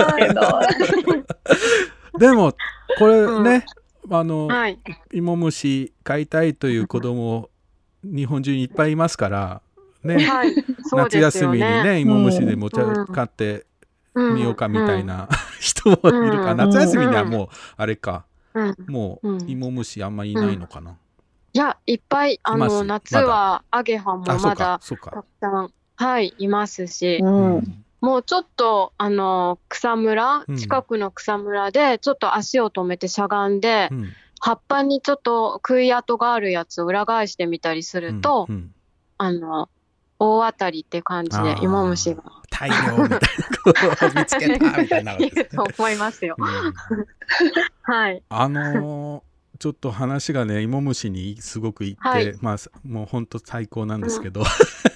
でもこれね、芋虫飼いたいという子ども日本中にいっぱいいますからね、夏休みにね芋虫でも飼ってみようかみたいな人もいるか。夏休みにはもうあれか、もう芋虫あんまりいないのかな。 いやいっぱい夏はアゲハもまだたくさんいますし、もうちょっと草むら、近くの草むらでちょっと足を止めてしゃがんで、葉っぱにちょっと食い跡があるやつを裏返してみたりすると、大当たりって感じで芋虫が大量みたいな見つけたみたいなと思いますよ。はい。 ちょっと話がね芋虫にすごくいって、もう本当最高なんですけど、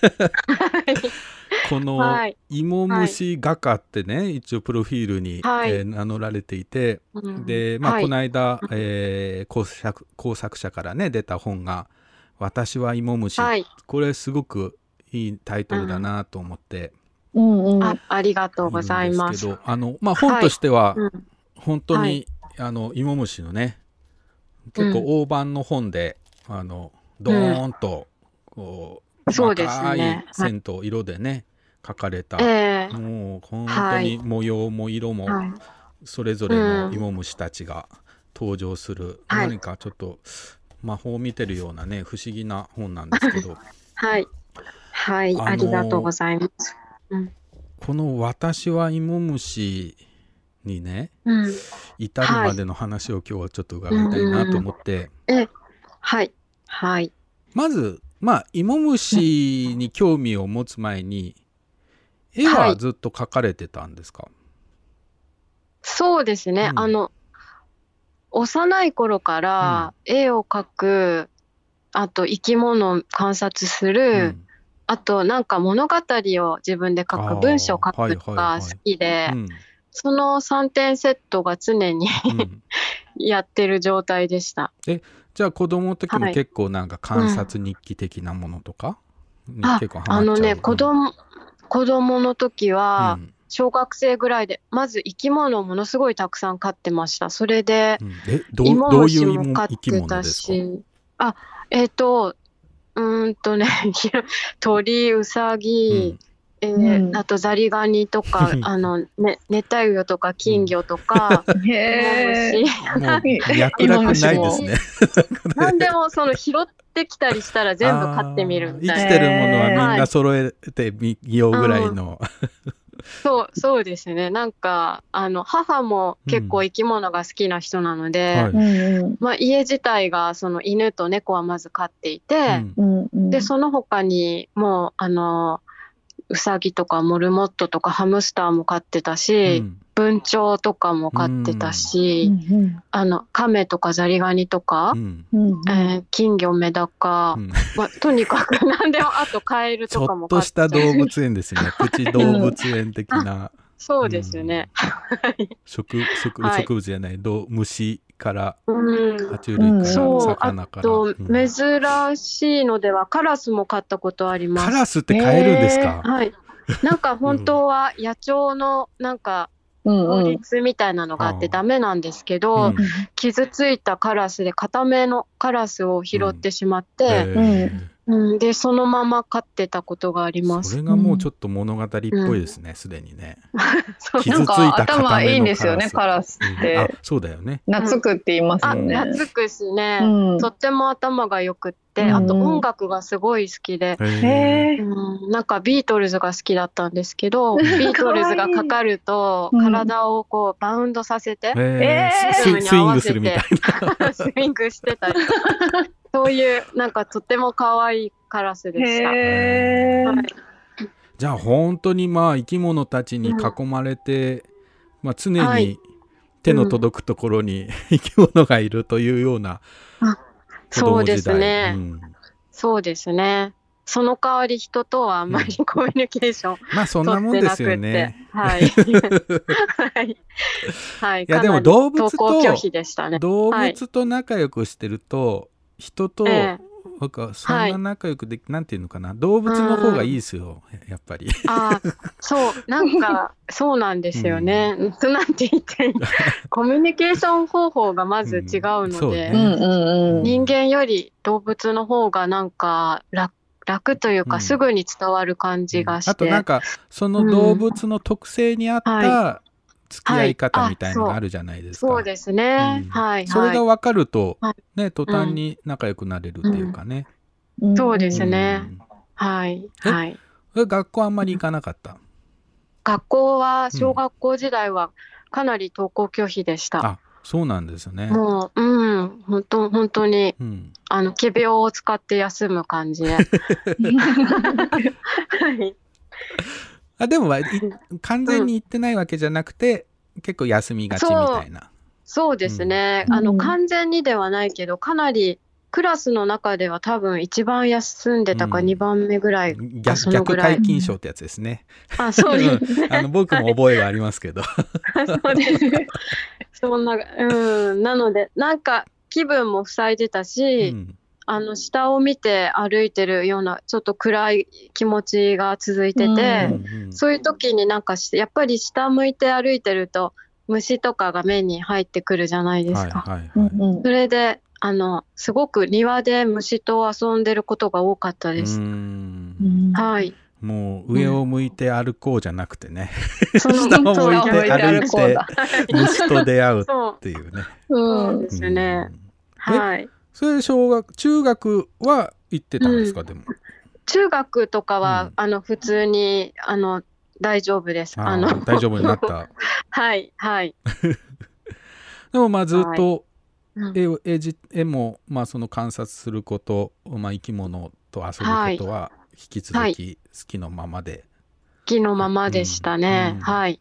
この芋虫画家ってね、一応プロフィールに、名乗られていて、でこの間、工作者からね出た本が「私は芋虫」これすごくいいタイトルだなと思って、 ありがとうございます。 本としては、本当に芋虫のね結構大判の本でドーンとこう細かい線と色でね描かれた、もう本当に模様も色もそれぞれの芋虫たちが登場する、何かちょっと魔法を見てるようなね不思議な本なんですけどはい、ありがとうございます。 この私は芋虫にね、至るまでの話を今日はちょっと伺いたいなと思って、まず芋虫に興味を持つ前に絵はずっと描かれてたんですか？ そうですね、幼い頃から絵を描く、あと生き物を観察する、あとなんか物語を自分で書く、文章を書くのが好きで、その3点セットが常にやってる状態でした。 じゃあ子供の時も結構なんか観察日記的なものとか、結構子供の時は小学生ぐらいでまず生き物をものすごいたくさん飼ってました。それで芋虫も飼ってたし、鳥、ウサギ、あとザリガニとか熱帯魚とか金魚とかへー、脈絡ないですね。 何でも拾ってきたりしたら全部飼ってみるみたいな。 生きてるものはみんな揃えてみようぐらいの。 そうですね。なんか母も結構生き物が好きな人なので、家自体が犬と猫はまず飼っていて、でその他にもうウサギとかモルモットとかハムスターも飼ってたし、文鳥とかも飼ってたし、カメとかザリガニとか、金魚、メダカ、とにかく何でも、あとカエルとかも飼ってたし。 ちょっとした動物園ですね。プチ動物園的な。 そうですね。 植物じゃない、虫からうん、 爬虫類からそう、 魚から。 あと、珍しいのではカラスも飼ったことあります。 カラスって飼えるんですか？ はい。なんか本当は野鳥のなんか法律みたいなのがあってダメなんですけど、傷ついたカラスで固めのカラスを拾ってしまって、でそのまま飼ってたことがあります。 それがもうちょっと物語っぽいですね、すでにね。 なんか頭いいんですよね、カラスって。 そうだよね。 懐くって言いますよね。 懐くしね、とっても頭がよくって、あと音楽がすごい好きで、なんかビートルズが好きだったんですけど、ビートルズがかかると体をこうバウンドさせて、 スイングするみたいなスイングしてたりそういうなんかとっても可愛いカラスでした。 じゃあ本当にまあ生き物たちに囲まれて、常に手の届くところに生き物がいるというような子供時代。 そうですね、そうですね。その代わり人とはあんまりコミュニケーションそんなもんですよね。 いやでも動物と仲良くしてると人とそんな仲良くでなんていうのかな、動物の方がいいですよ、やっぱり。 そうなんかそうなんですよね。なんて言ってコミュニケーション方法がまず違うので、人間より動物の方がなんか楽というか、すぐに伝わる感じがして、 あとなんかその動物の特性に合った付き合い方みたいなのがあるじゃないですか。 そうですね。 それが分かるとね、途端に仲良くなれるっていうかね。 そうですね。 学校あんまり行かなかった？ 学校は小学校時代はかなり登校拒否でした。 そうなんですね。 もう本当に仮病を使って休む感じで。 でも完全に行ってないわけじゃなくて、結構休みがちみたいな。 そうですね、完全にではないけど、かなりクラスの中では多分一番休んでたか2番目ぐらい、 逆皆勤賞ってやつですね。 そうですね。 僕も覚えがありますけど。 そうですね。そんななのでなんか気分も塞いでたし、下を見て歩いてるようなちょっと暗い気持ちが続いてて、そういう時になんかやっぱり下向いて歩いてると虫とかが目に入ってくるじゃないですか。それですごく庭で虫と遊んでることが多かったです。 もう上を向いて歩こうじゃなくてね、下を向いて歩いて虫と出会うっていうね。 そうですね。 それで中学は行ってたんですか？でも中学とかは普通に大丈夫です。 大丈夫になった。でもずっと絵もその観察すること、生き物と遊ぶことは引き続き好きのままで。 好きのままでしたね。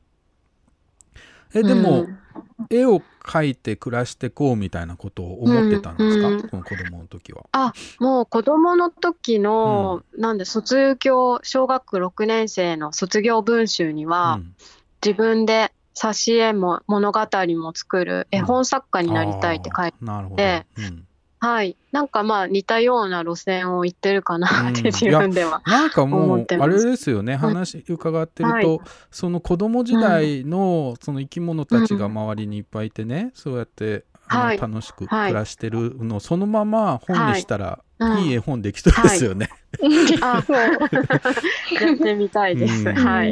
でも絵を描いて暮らしてこうみたいなことを思ってたんですか？その子供の時は。 もう子供の時の卒業小学6年生の卒業文集には、自分で挿絵も物語も作る絵本作家になりたいって書いて、なんか似たような路線を行ってるかなって自分ではなんかもうあれですよね、話伺ってると、その子供時代のその生き物たちが周りにいっぱいいてね、そうやって楽しく暮らしてるのをそのまま本にしたらいい絵本できそうですよね。 やってみたいです。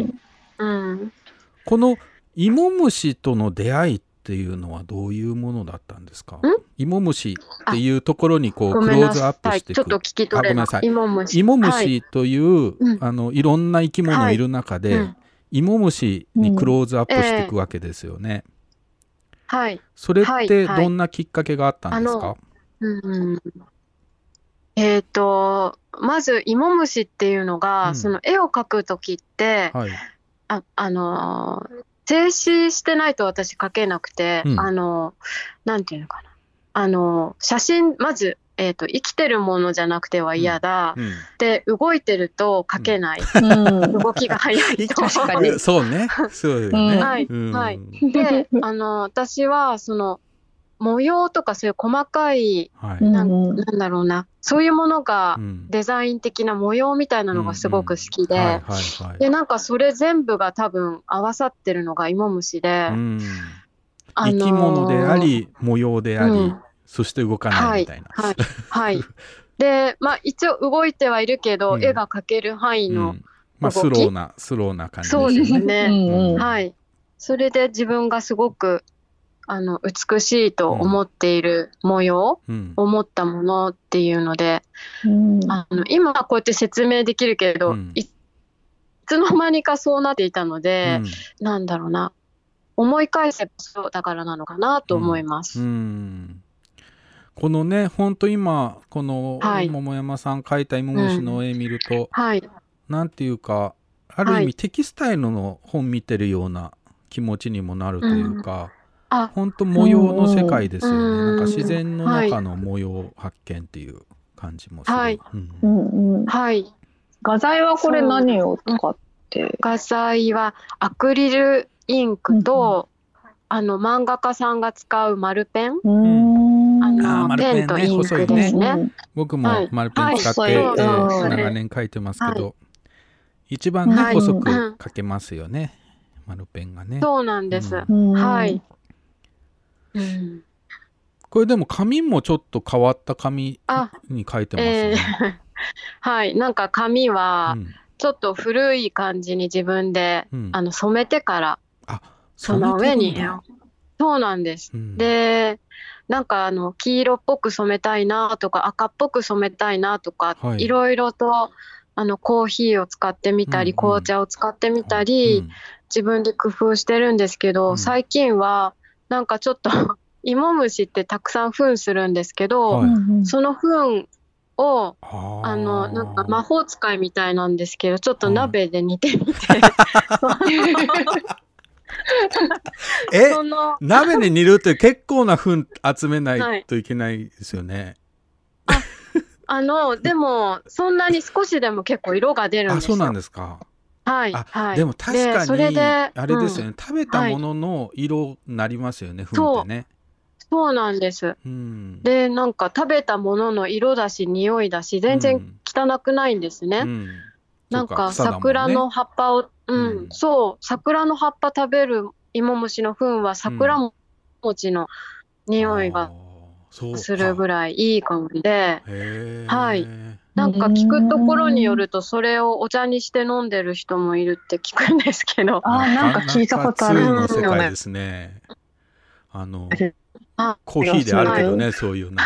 この芋虫との出会いっていうのはどういうものだったんですか？芋虫っていうところにクローズアップしていく。 ちょっと聞き取れない。 芋虫という、いろんな生き物いる中で、芋虫にクローズアップしていくわけですよね。それってどんなきっかけがあったんですか？ まず芋虫っていうのが、その絵を描くときって、静止してないと私描けなくて、なんていうのかな。写真、まず生きてるものじゃなくては嫌だ、で動いてると描けない、動きが速いと確かにそうね、そうよね。 はい、はい。で、私はその模様とかそういう細かい、なんだろうな、そういうものがデザイン的な模様みたいなのがすごく好きで、でなんかそれ全部が多分合わさってるのが芋虫で、 生き物であり模様であり、そして動かないみたいな。 はい、はい、で、まあ一応動いてはいるけど、絵が描ける範囲の動き、 まあスローな感じですよね。 そうですね。はい。それで自分がすごく美しいと思っている模様、思ったものっていうので、今はこうやって説明できるけど、いつの間にかそうなっていたので、なんだろうな、思い返せばそうだからなのかなと思います。 このね、ほんと今この桃山さん描いた芋虫の絵見ると、なんていうか、ある意味テキスタイルの本見てるような気持ちにもなるというか、本当模様の世界ですよね。なんか自然の中の模様発見っていう感じもする。はい。 画材はこれ何を使って？ 画材はアクリルインクと、漫画家さんが使う丸ペン、ペンとインクですね。 僕も丸ペン使って長年描いてますけど、一番ね細く描けますよね、丸ペンがね。 そうなんです。はい。 これでも紙もちょっと変わった紙に書いてますね。 はい、なんか紙はちょっと古い感じに自分で、染めてからその上に、そうなんです。で、なんか黄色っぽく染めたいなとか赤っぽく染めたいなとか、いろいろとコーヒーを使ってみたり、紅茶を使ってみたり、自分で工夫してるんですけど、最近はなんかちょっと芋虫ってたくさん糞するんですけど、その糞をなんか魔法使いみたいなんですけど、ちょっと鍋で煮てみて鍋で煮るって結構な糞集めないといけないですよね。 でもそんなに少しでも結構色が出るんですよ。 そうなんですか。 はい、はい。 でも確かにあれですよね、食べたものの色になりますよね、糞ってね。 そうなんです。で、なんか食べたものの色だし匂いだし全然汚くないんですね。なんか桜の葉っぱを、そう、桜の葉っぱ食べる芋虫の糞は桜餅の匂いがするぐらいいい香りで、はい。なんか聞くところによるとそれをお茶にして飲んでる人もいるって聞くんですけど、 なんか聞いたことあるんですよね。世界ですね。コーヒーであるけどね、そういうの。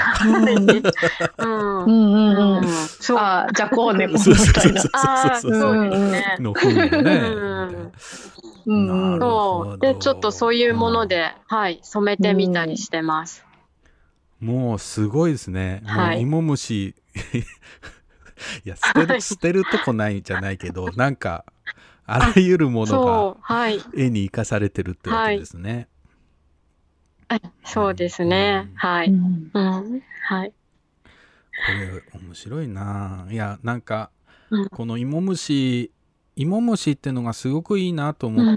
じゃこうねみたいな。 の糞をね。 そうでちょっとそういうもので、染めてみたりしてます。 もうすごいですね。もう芋虫いや捨てるとこないじゃないけど、なんかあらゆるものが絵に生かされてるってわけですね。 そうですね。はい。はい。 これ面白いな。いやなんか、この芋虫ってのがすごくいいなと思って、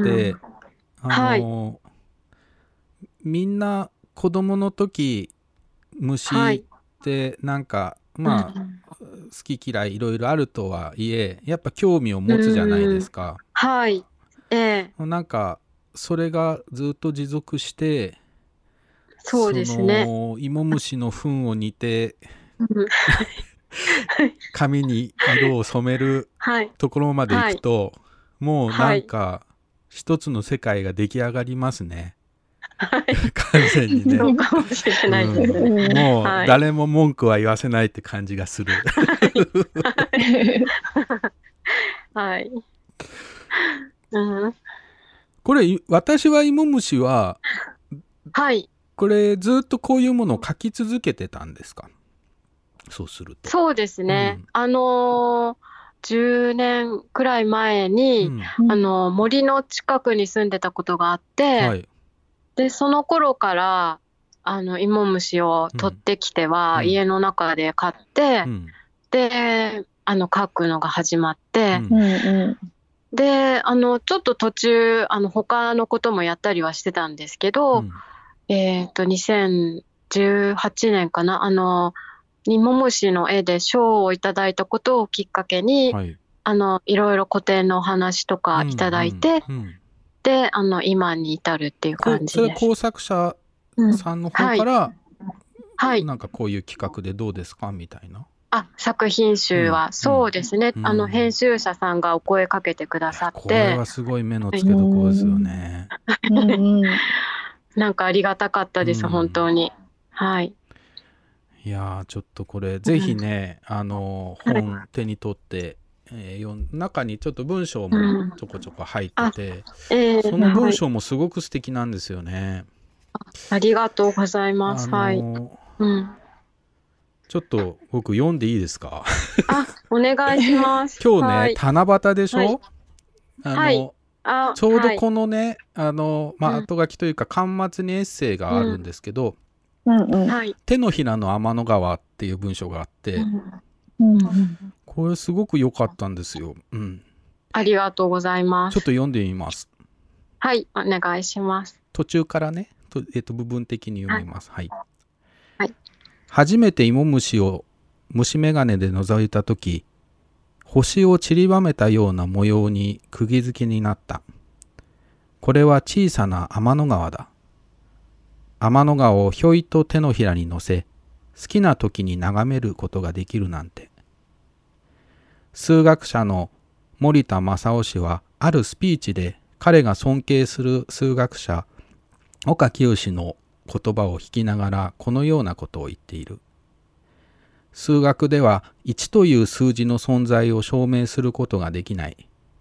みんな子供の時虫ってなんか、まあ好き嫌いいろいろあるとはいえやっぱ興味を持つじゃないですか。なんかそれがずっと持続して、 そうですね。 芋虫の糞を煮て紙に色を染めるところまで行くと、もうなんか一つの世界が出来上がりますね。完全にね。 そうかもしれないですね。 もう誰も文句は言わせないって感じがする。 はい。 これ私は芋虫は、これずっとこういうものを描き続けてたんですか？そうすると。 そうですね。10年くらい前に、森の近くに住んでたことがあって、でその頃から芋虫を取ってきては、家の中で飼って、で、書くのが始まって、で、ちょっと途中、他のこともやったりはしてたんですけど、2018年かな、芋虫の絵で賞をいただいたことをきっかけに、いろいろ古典のお話とかいただいて、で、今に至るっていう感じです。 それ工作者さんの方から、なんかこういう企画でどうですかみたいな。 作品集は、そうですね、編集者さんがお声かけてくださって。 これはすごい目の付けどころですよね。 なんかありがたかったです、本当に。 いやちょっとこれぜひね、本手に取って、中にちょっと文章もちょこちょこ入ってて、その文章もすごく素敵なんですよね。 ありがとうございます。 ちょっと僕読んでいいですか？ お願いします。 今日ね、七夕でしょ？ちょうどこのね、後書きというか巻末にエッセイがあるんですけど、手のひらの天の川っていう文章があって、これすごく良かったんですよ。 ありがとうございます。 ちょっと読んでみます。 はい、お願いします。 途中からね、部分的に読みます。初めて芋虫を虫眼鏡で覗いたとき、星を散りばめたような模様に釘付けになった。これは小さな天の川だ。天の川をひょいと手のひらに乗せ、好きな時に眺めることができるなんて。数学者の森田正夫氏はあるスピーチで彼が尊敬する数学者岡清の言葉を引きながらこのようなことを言っている。数学では1という数字の存在を証明することができない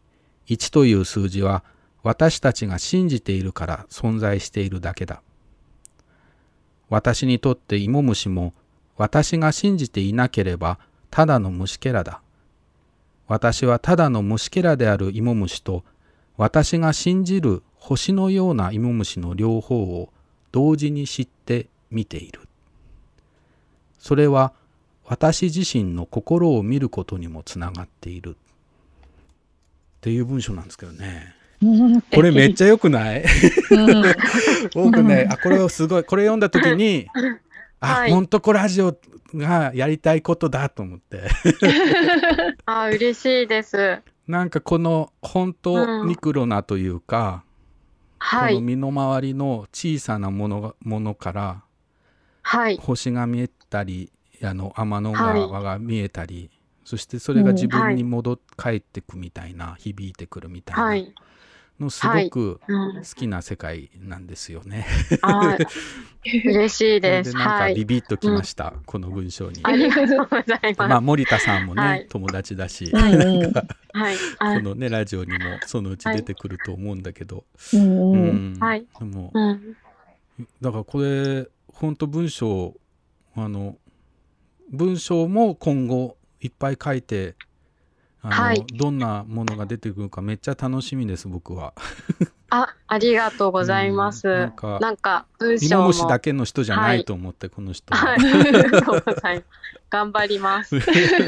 。1という数字は私たちが信じているから存在しているだけだ。私にとって芋虫も私が信じていなければただの虫けらだ。私はただの虫けらである芋虫と私が信じる星のような芋虫の両方を同時に知って見ている。それは私自身の心を見ることにもつながっているっていう文章なんですけどね。これめっちゃ良くない？僕ね、これをすごい、これ読んだ時に本当これラジオがやりたいことだと思って嬉しいです。 なんかこの本当ミクロなというか、この身の回りの小さなものから、星が見えたり天の川が見えたり、そしてそれが自分に帰ってくみたいな、響いてくるみたいなのすごく好きな世界なんですよね。 嬉しいです。 なんかビビッときました、この文章に。 ありがとうございます。 森田さんもね、友達だし、なんかこのねラジオにもそのうち出てくると思うんだけど、でもだからこれ本当文章も今後いっぱい書いてどんなものが出てくるかめっちゃ楽しみです、僕は。 ありがとうございます。なんか文章も芋虫だけの人じゃないと思って、この人は。 頑張ります。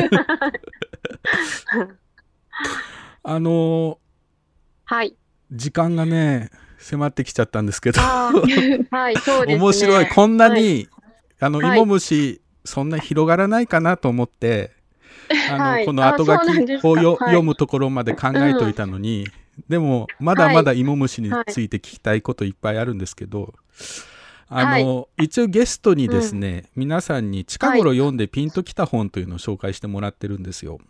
時間がね迫ってきちゃったんですけど、 そうですね、 面白い。こんなに、芋虫そんな広がらないかなと思って、この後書きを読むところまで考えといたのに、でもまだまだ芋虫について聞きたいこといっぱいあるんですけど、一応ゲストにですね、皆さんに近頃読んでピンときた本というのを紹介してもらってるんですよ。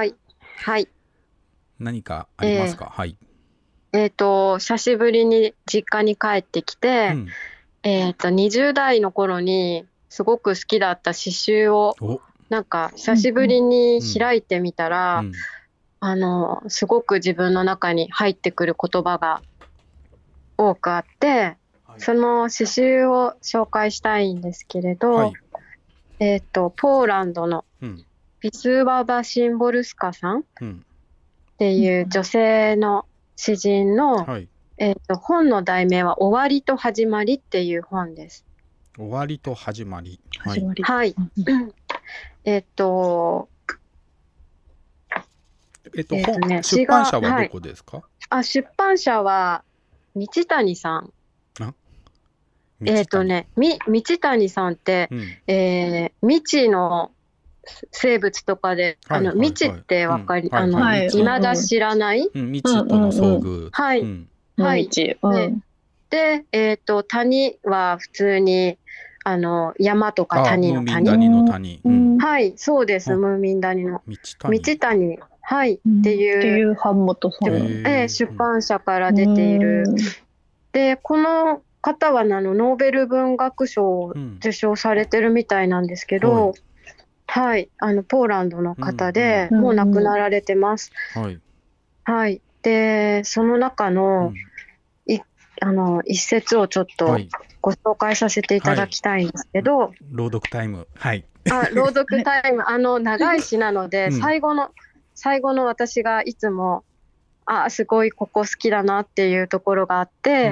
何かありますか？ 久しぶりに実家に帰ってきて、20代の頃にすごく好きだった詩集をなんか久しぶりに開いてみたら、すごく自分の中に入ってくる言葉が多くあって、その詩集を紹介したいんですけれど、ポーランドのビスワバ・シンボルスカさんっていう女性の詩人の、本の題名は終わりと始まりっていう本です。 終わりと始まり。 始まり。 はい。 出版社はどこですか？ 出版社は道谷さん。道谷さんって、未知の生物とかで、未知ってわかり、未だ知らない、 未知との遭遇。 はい。はい。で、谷は普通に、山とか谷の谷。 ムーミン谷の谷。 はい、そうです、ムーミン谷の。道谷。はい、っていう版元さん。 出版社から出ている。で、この方はノーベル文学賞を受賞されてるみたいなんですけど、はい、ポーランドの方で、もう亡くなられてます。はい。で、その中の一節をちょっとご紹介させていただきたいんですけど、 朗読タイム。はい。 朗読タイム、長い詩なので、最後の私がいつも、すごいここ好きだなっていうところがあって、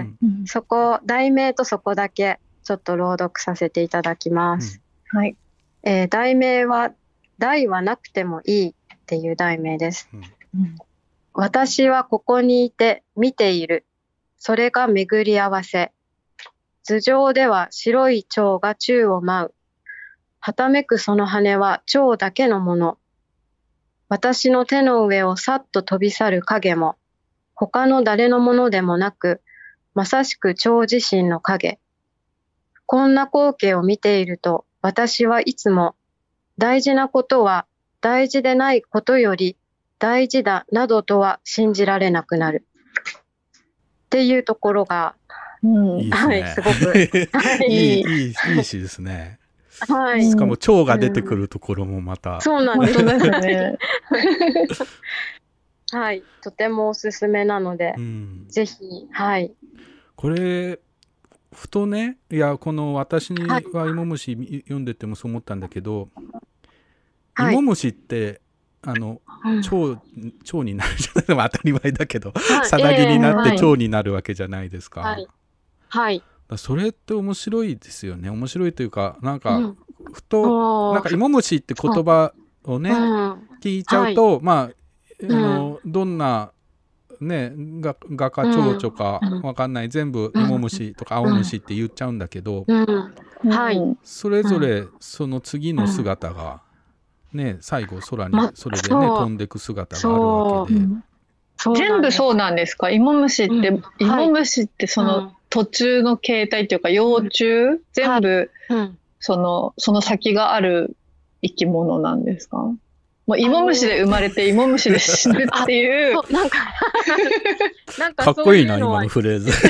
題名とそこだけちょっと朗読させていただきます。 はい。 題名は、題はなくてもいいっていう題名です。私はここにいて見ている。それが巡り合わせ。頭上では白い蝶が宙を舞う。はためくその羽は蝶だけのもの。私の手の上をさっと飛び去る影も、他の誰のものでもなく、まさしく蝶自身の影。こんな光景を見ていると、私はいつも、大事なことは大事でないことより大事だなどとは信じられなくなる。っていうところが、はい、すごくいい詩ですね。 はい。 しかも蝶が出てくるところもまた。 そうなんですね。はい、とてもおすすめなので、ぜひ、はい。 これふとね、いやこの私には芋虫読んでてもそう思ったんだけど、芋虫って蝶になるじゃないでも当たり前だけど、さなぎになって蝶になるわけじゃないですか。 はい。 それって面白いですよね。面白いというか、なんかふとなんか芋虫って言葉をね聞いちゃうと、まあどんなね画家蝶々かわかんない、全部芋虫とか青虫って言っちゃうんだけど、それぞれその次の姿がね、最後空にそれでね飛んでく姿があるわけで。 全部そうなんですか？芋虫ってその途中の形態というか幼虫、全部その先がある生き物なんですか？もう芋虫で生まれて芋虫で死ぬっていう。 なんかかっこいいな今のフレーズ。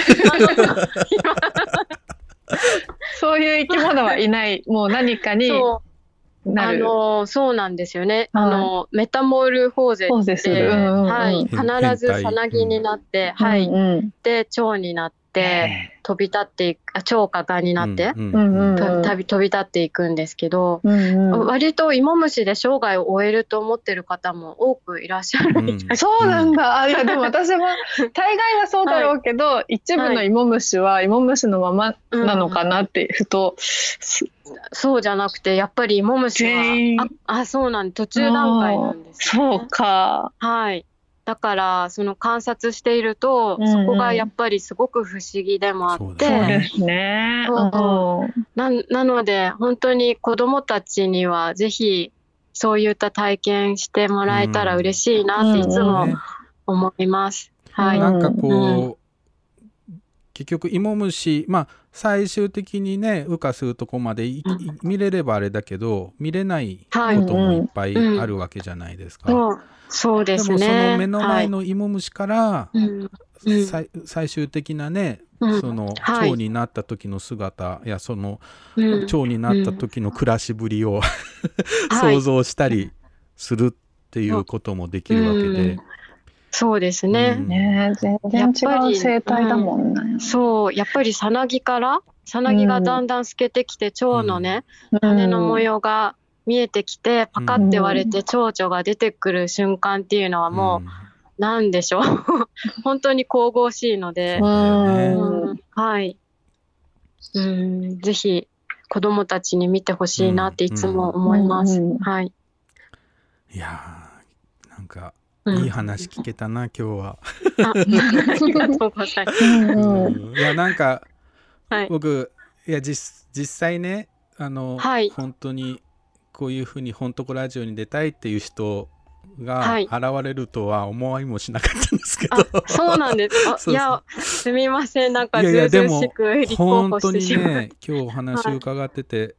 そういう生き物はいない。もう何かになる。 そうなんですよね。メタモルフォーゼって、必ずさなぎになって、で蝶になって飛び立っていく、蝶か蛾になって飛び立っていくんですけど、割と芋虫で生涯を終えると思ってる方も多くいらっしゃるみたい。 そうなんだ。いやでも私も大概はそうだろうけど、一部の芋虫は芋虫のままなのかなってふと。 そうじゃなくて、やっぱり芋虫はそうなん途中段階なんです。 そうか。 はい。だからその観察していると、そこがやっぱりすごく不思議でもあって、 そうですね。 なので本当に子どもたちにはぜひそういった体験してもらえたら嬉しいなっていつも思います。 なんかこう、結局芋虫、まあ最終的にね羽化するとこまで見れればあれだけど、見れないこともいっぱいあるわけじゃないですか。 そうですね。 でもその目の前の芋虫から、最終的なね、その蝶になった時の姿やその蝶になった時の暮らしぶりを想像したりするっていうこともできるわけで。 そうですね。 全然違う生態だもんね。 そう、やっぱりさなぎがだんだん透けてきて、蝶のね、羽の模様が見えてきて、パカって割れて蝶々が出てくる瞬間っていうのはもう、なんでしょう。本当に神々しいので、はい。ぜひ子供たちに見てほしいなっていつも思います。はい。 いやー、なんかいい話聞けたな、今日は。 ありがとうございます。 いや、なんか、僕、いや、実際ね、本当にこういうふうに本当ラジオに出たいっていう人が現れるとは思いもしなかったんですけど、 そうなんです。いや、すみません、なんかずうずうしく立候補してしまって。 本当にね、今日お話伺ってて、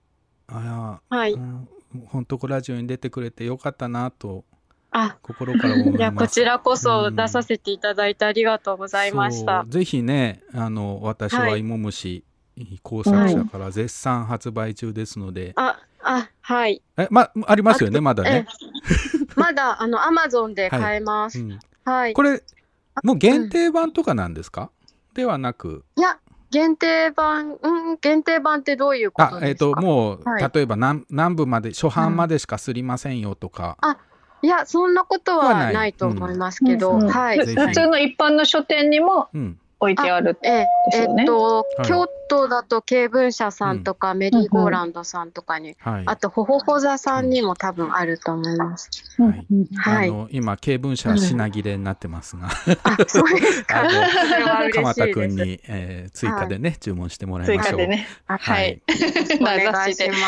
本当ラジオに出てくれてよかったなと心から思います。 いや、こちらこそ出させていただいてありがとうございました。 ぜひね、私は芋虫工作者から絶賛発売中ですので。 はい。 ありますよね、まだね。 まだAmazon で買えます。はい。 これもう限定版とかなんですか？ではなく。 いや、限定版ってどういうことですか？ もう例えば何部まで初版までしかすりませんよとか。 いや、そんなことはないと思いますけど、はい。 普通の一般の書店にも置いてあるですよね。 京都だと慶文社さんとかメリーゴーランドさんとかに、あとほほほ座さんにも多分あると思います。 今慶文社品切れになってますが、 そうですか。 鎌田くんに追加でね注文してもらいましょう。 はい。お願いします。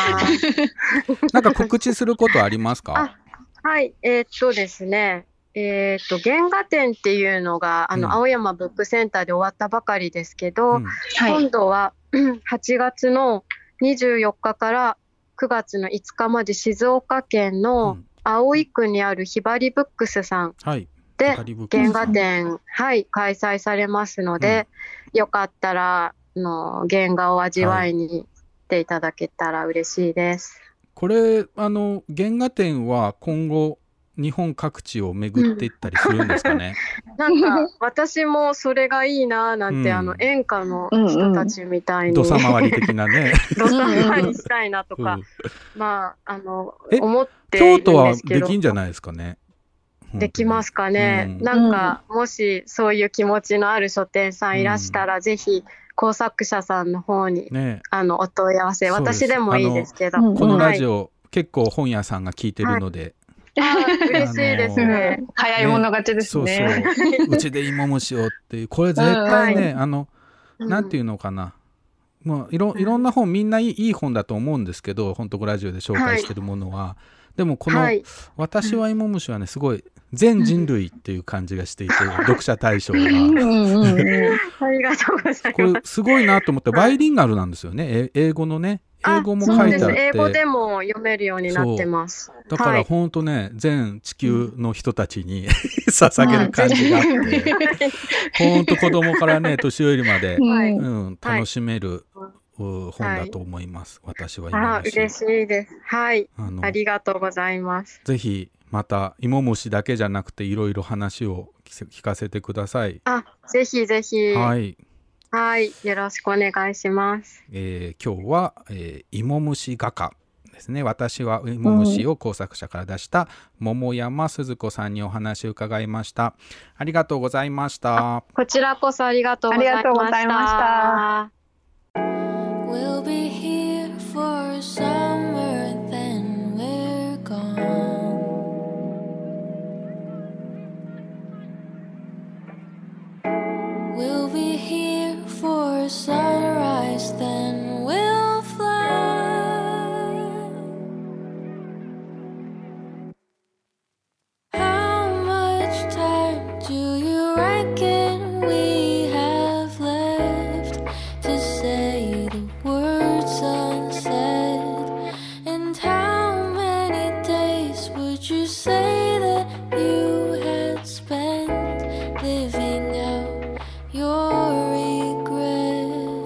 なんか告知することありますか？ はい、ですね。原画展っていうのが青山ブックセンターで終わったばかりですけど、今度は8月の24日から9月の5日まで静岡県の葵区にあるひばりブックスさんで原画展、開催されますので、よかったら原画を味わいに来ていただけたら嬉しいです。 これ原画展は今後日本各地を巡っていったりするんですかね？ なんか私もそれがいいななんて、演歌の人たちみたいに土佐回り的なね土佐回りしたいなとか、思ってい京るんですけど、 都はできんじゃないですかね？ できますかね？なんかもしそういう気持ちのある書店さんいらしたら、ぜひ工作者さんの方に、お問い合わせ、私でもいいですけど、 このラジオ、結構本屋さんが聞いてるので、 嬉しいですね。 早い者勝ちですね。 うちで芋虫をっていう、これ絶対ね、なんていうのかな、もういろんな本みんないい本だと思うんですけど、本当ラジオで紹介してるものは、でもこの私は芋虫はね、すごい全人類っていう感じがしていて、読者対象がありがとうございます。 これすごいなと思って、バイリンガルなんですよね、英語のね。英語も書いてあって、 英語でも読めるようになってます。 だから本当ね、全地球の人たちに捧げる感じがあって、本当子供からね年寄りまで楽しめる本だと思います。私は芋虫。 嬉しいです。はい。ありがとうございます。 ぜひまた芋虫だけじゃなくていろいろ話を聞かせてください。 ぜひぜひ。 はい。 はい、よろしくお願いします。 今日は、芋虫画家ですね。私は芋虫を工作者から出した桃山鈴子さんにお話を伺いました。ありがとうございました。 こちらこそありがとうございました。 We'll be here for summer, then we're gone. We'll be here for sunrise, then we'll fly. How much time do you reckon we have left to say the words unsaid? And how many days would you say that you had spent living out your regrets?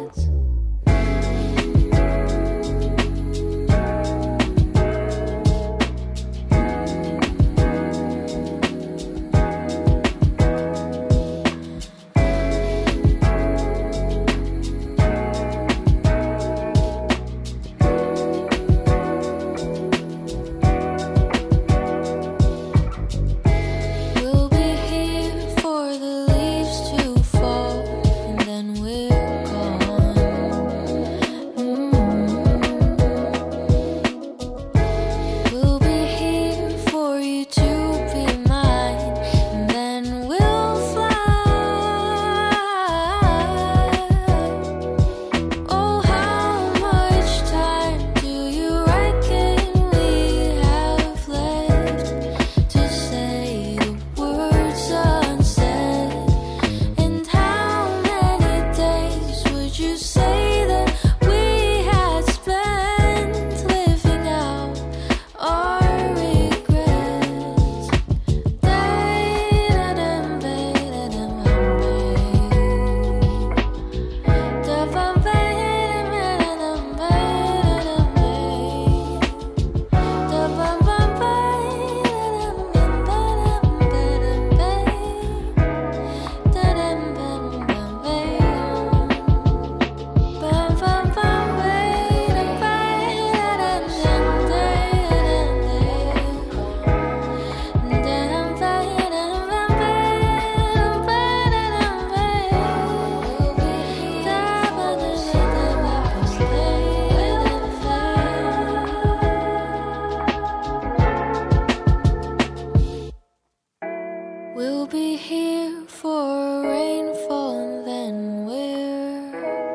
We'll be here for rainfall and then we're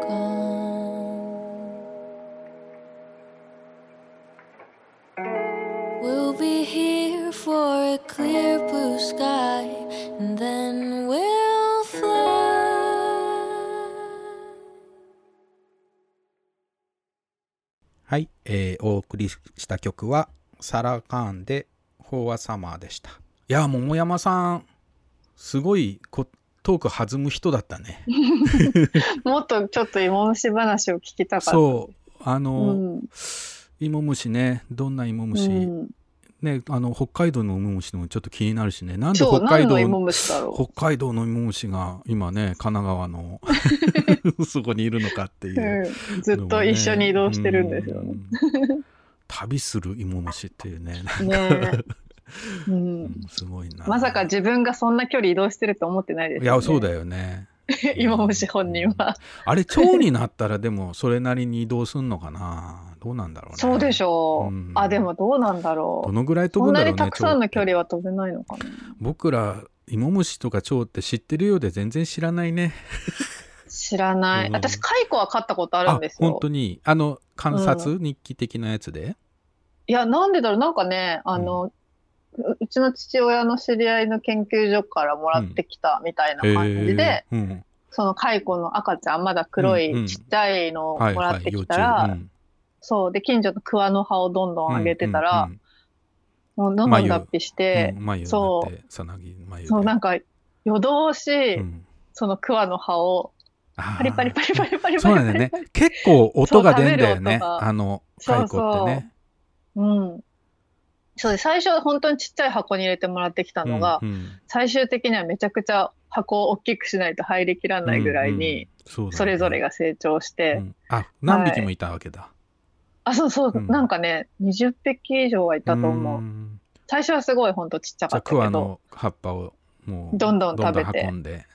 gone. We'll be here for a clear blue sky and then we'll fly. はい、お送りした曲はサラ・カーンでフォー・ア・サマーでした。いや、桃山さんすごいトーク弾む人だったね。 もっとちょっと芋虫話を聞きたかった。 そう芋虫ね、どんな芋虫、ね、北海道の芋虫もちょっと気になるしね。なんで北海道の芋虫が今ね神奈川のそこにいるのかっていう、 ずっと一緒に移動してるんですよね。 旅する芋虫っていうね。すごいな。 まさか自分がそんな距離移動してると思ってないですよね。 いや、そうだよね。 芋虫本人は。 あれ蝶になったらでもそれなりに移動すんのかな。どうなんだろうね。 そうでしょう。あ、でもどうなんだろう。 どのぐらい飛ぶんだろうね。 そんなにたくさんの距離は飛べないのかな。 僕ら芋虫とか蝶って知ってるようで全然知らないね。 知らない。私蚕は飼ったことあるんですよ。 本当に観察日記的なやつで。 いや、なんでだろう。なんかね、うちの父親の知り合いの研究所からもらってきたみたいな感じで、その蚕の赤ちゃん、まだ黒いちっちゃいのをもらってきたら、そうで近所の桑の葉をどんどんあげてたら、もうどんどん脱皮して、そうなんか夜通し、その桑の葉をパリパリパリパリパリパリパリ、 そうなんだよね。結構音が出るんだよね。蚕ってね。 そうで最初は本当にちっちゃい箱に入れてもらってきたのが、最終的にはめちゃくちゃ箱を大きくしないと入りきらないぐらいにそれぞれが成長して、 何匹もいたわけだ。 そう、なんかね20匹以上はいたと思う。最初はすごい本当ちっちゃかったけど、 桑の葉っぱをもうどんどん食べて運んで、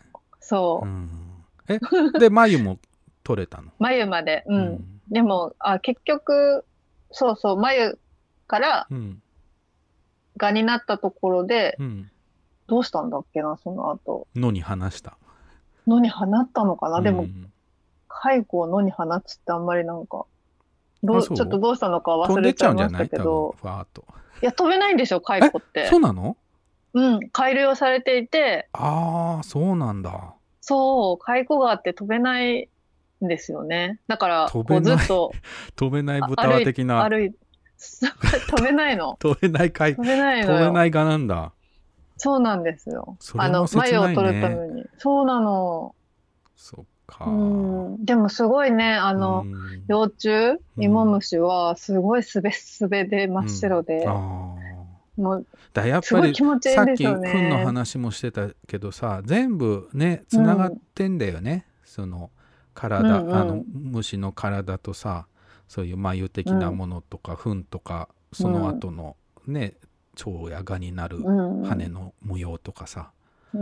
そうで繭も取れたの。 繭まで、でも結局そう繭から蛾になったところで、どうしたんだっけな、その後。 野に放した。 野に放ったのかな、でも蚕を野に放つってあんまりなんかちょっとどうしたのか忘れちゃいましたけど。いや飛べないんですよ蚕って。 そうなの？ 改良されていて。 そうなんだ。 そう蚕があって飛べないんですよね。だからこうずっと飛べない豚は的な。 飛べないの。 飛べない貝。飛べない蛾なんだ。 そうなんですよ。 繭を取るために。そうなの。 そっか。 でもすごいね、幼虫、芋虫はすごいすべすべで真っ白で。もうやっぱりさっき糞の話もしてたけどさ、全部ねつながってんだよね。その体、虫の体とさ。そういう繭的なものとか、糞とかその後のね蝶や蛾になる羽の模様とかさ。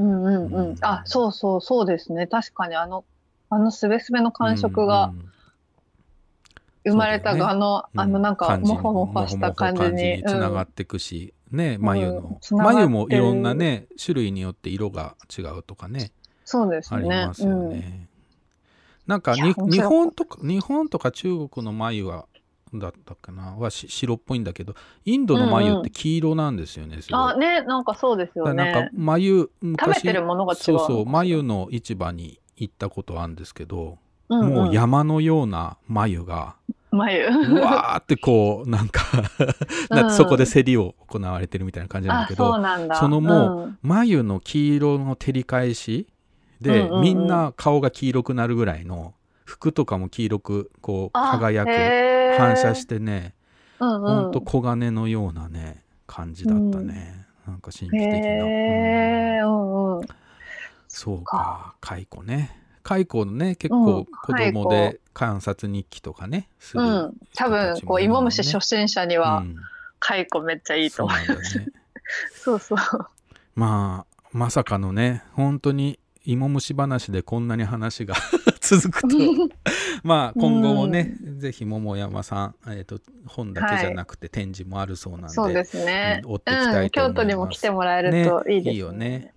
そうですね。確かにすべすべの感触が生まれた蛾のなんかモフモフした感じにつながっていくしね、繭もいろんなね種類によって色が違うとかね。 そうですね。 ありますよね。なんか日本とか中国の繭はだったかなは白っぽいんだけど、インドの繭って黄色なんですよね。 ね、なんかそうですよね。 なんか繭食べてるものが違う。 繭の市場に行ったことあるんですけど、もう山のような繭がうわーってこうなんかそこで競りを行われてるみたいな感じなんだけど、そのもう繭の黄色の照り返しで、みんな顔が黄色くなるぐらいの服とかも黄色くこう輝く反射してね、ほんと黄金のようなね感じだったね。なんか神秘的な。そうか、蚕ね。蚕のね結構子供で観察日記とかねする、 多分こう芋虫初心者には蚕めっちゃいいと思います。そうそう。 まさかのね本当に芋虫話でこんなに話が続くとまあ今後もね、ぜひ桃山さん、本だけじゃなくて展示もあるそうなんで、 そうですね、 追っていきたいと思います。 京都にも来てもらえるといいですね。 いいよね。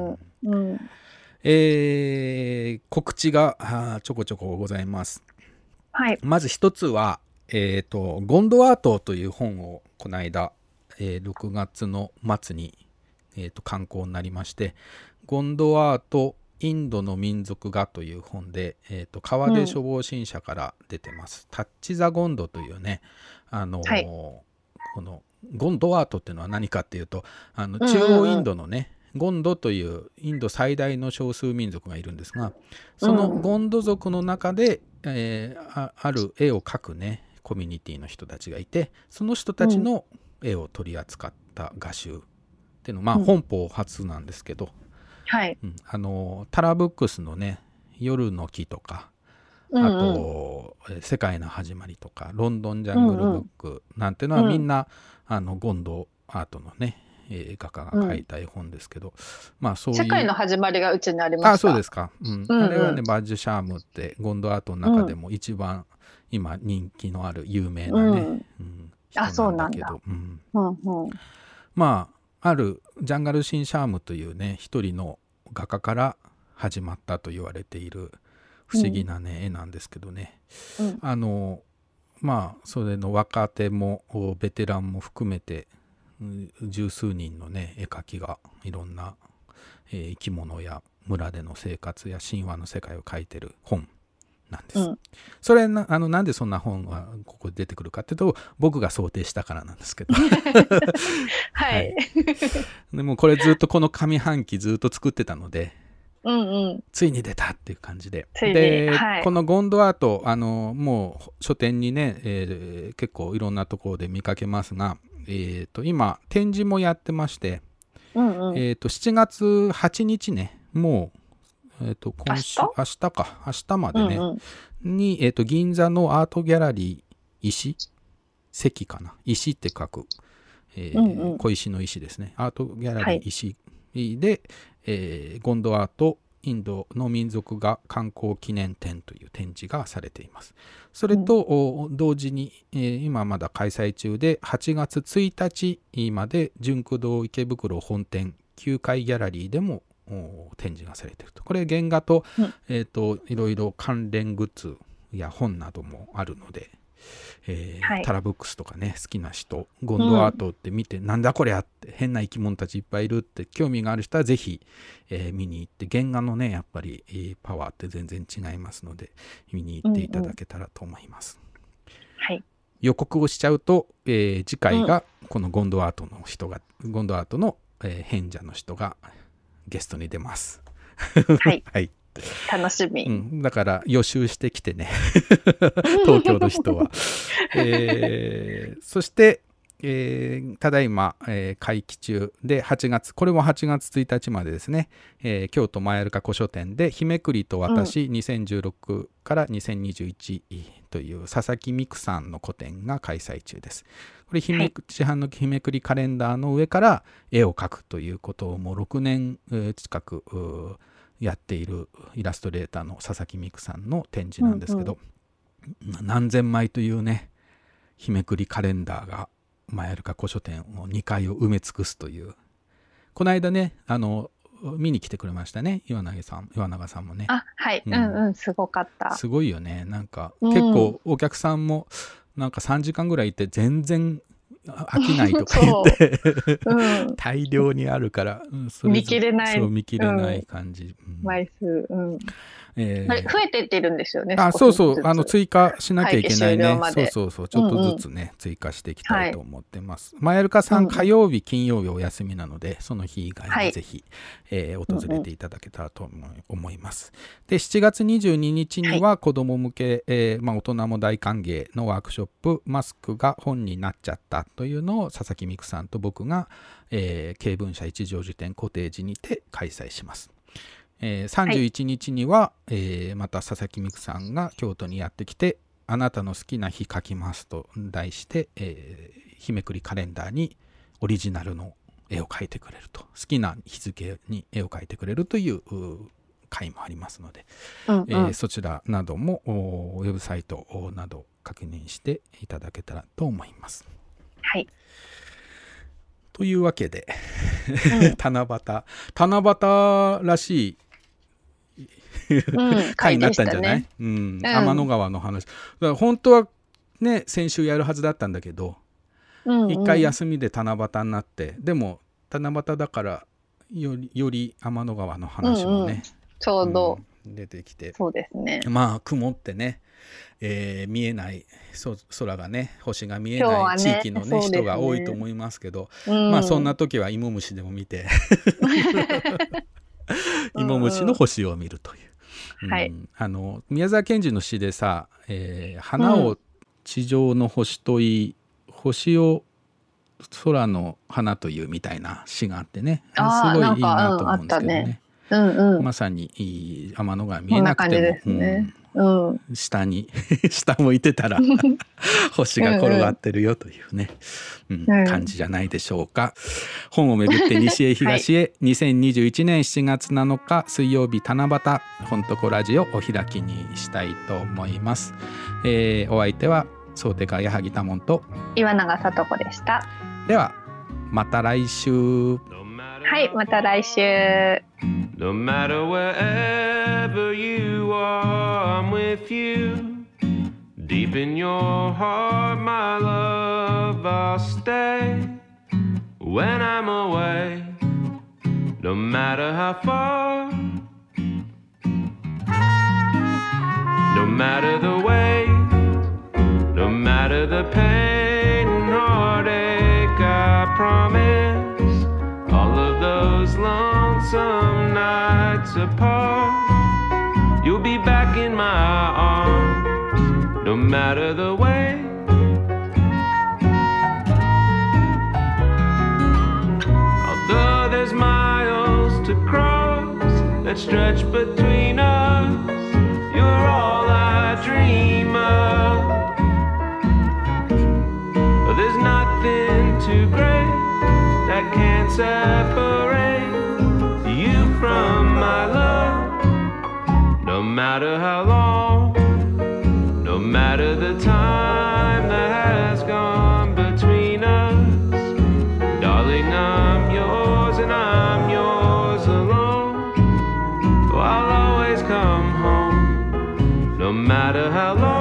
告知がちょこちょこございます。 はい、 まず一つは、ゴンドアートという本をこの間、6月の末に、刊行になりまして、ゴンドアートインドの民族画という本で、川出書房新社から出てます。タッチ・ザ・ゴンドというね、このゴンドアートっていうのは何かっていうと、中央インドのね、ゴンドというインド最大の少数民族がいるんですが、そのゴンド族の中で、ある絵を描くねコミュニティの人たちがいて、その人たちの絵を取り扱った画集っていうの、本邦初なんですけど、タラブックスのね夜の木とか、あと、世界の始まりとかロンドンジャングルブックなんてのは、みんなゴンドアートのね画家が書いた絵本ですけど、そういう世界の始まりがうちにありました。 そうですか。あれはねバッジュシャームってゴンドアートの中でも一番今人気のある有名なね、人なんだけど、あるジャンガルシン・シャームというね一人の画家から始まったと言われている不思議なね、絵なんですけどね、それの若手もベテランも含めて十数人のね絵描きがいろんな、生き物や村での生活や神話の世界を描いてる本なんです。それなんでそんな本がここで出てくるかっていうと、僕が想定したからなんですけどはい、でもこれずっとこの上半期ずっと作ってたので、ついに出たっていう感じで、このゴンドアートもう書店にね、結構いろんなところで見かけますが、今展示もやってまして、7月8日ね、もう、今週明日までね、に、銀座のアートギャラリー石かな、石って書く、小石の石ですね、アートギャラリー石で、ゴンドアートインドの民族画観光記念展という展示がされています。それと同時に、今まだ開催中で8月1日まで純駆堂池袋本店9階ギャラリーでも展示がされていると。これ原画と、いろいろ関連グッズや本などもあるので、タラブックスとかね好きな人、ゴンドアートって見て、なんだこれやって変な生き物たちいっぱいいるって興味がある人はぜひ、見に行って、原画のねやっぱり、パワーって全然違いますので見に行っていただけたらと思います。予告をしちゃうと、次回がこのゴンドアートの人が、ゴンドアートの、変者の人がゲストに出ます。はい楽しみ、 だから予習してきてね東京の人は、そして、ただいま、会期中でこれも8月1日までですね、京都マヤルカ古書店で日めくりと私、2016から2021という佐々木美久さんの個展が開催中です。これ市販の日めくりカレンダーの上から絵を描くということをもう6年近くやっているイラストレーターの佐々木美久さんの展示なんですけど、何千枚というね日めくりカレンダーがマヤルカ古書店を2階を埋め尽くすという、この間ね見に来てくれましたね、岩永さんもね。 すごかった。 すごいよね。なんか結構お客さんもなんか3時間ぐらいいて全然飽きないとか言って大量にあるから、 見切れない感じ、 枚数、増えてってるんですよね。 追加しなきゃいけないね。ちょっとずつね、追加していきたいと思ってます。マヤルカさん、火曜日金曜日お休みなので、その日以外にぜひ、訪れていただけたらと思います。で、7月22日には子ども向け、大人も大歓迎のワークショップ、マスクが本になっちゃったというのを佐々木美久さんと僕が、経文社一条辞典コテージにて開催します。31日には、また佐々木美久さんが京都にやってきて、あなたの好きな日書きますと題して、日めくりカレンダーにオリジナルの絵を描いてくれると、好きな日付に絵を描いてくれるという回もありますので、 うんそちらなどもウェブサイトなど確認していただけたらと思います。 はい。 というわけで、七夕らしい回になったんじゃない？天の川の話。だから本当はね、先週やるはずだったんだけど、一回休みで七夕になって、でも七夕だからより天の川の話もね、 ちょうど出てきて、 そうですね。 まあ曇ってね、見えない空がね、星が見えない地域のね、人が多いと思いますけど、まあそんな時は芋虫でも見て芋虫の星を見るという、 はい、 宮沢賢治の詩でさ、花を地上の星といい、星を空の花というみたいな詩があってね、すごいいいなと思うんですけどね。まさに天の川見えなくても、下向いてたら星が転がってるよというね、感じじゃないでしょうか。本をめぐって西へ東へ、2021年7月7日水曜日七夕、ほんとこラジオお開きにしたいと思います。お相手は蒼天家矢作多聞と岩永聡子でした。 ではまた来週。 はい、また来週。 No matter wherever you are, I'm with you. Deep in your heart, my love, I'll stay. When I'm away, no matter how far, no matter the way, no matter the pain and heartache, I promise all of those lonesome nights apart, you'll be back in my arms, no matter the way. Although there's miles to cross that stretch between us, you're all I dream of. There's nothing too great that can't separate you from my love. No matter how long, no matter the time that has gone between us, darling, I'm yours and I'm yours alone. Oh, I'll always come home, no matter how long.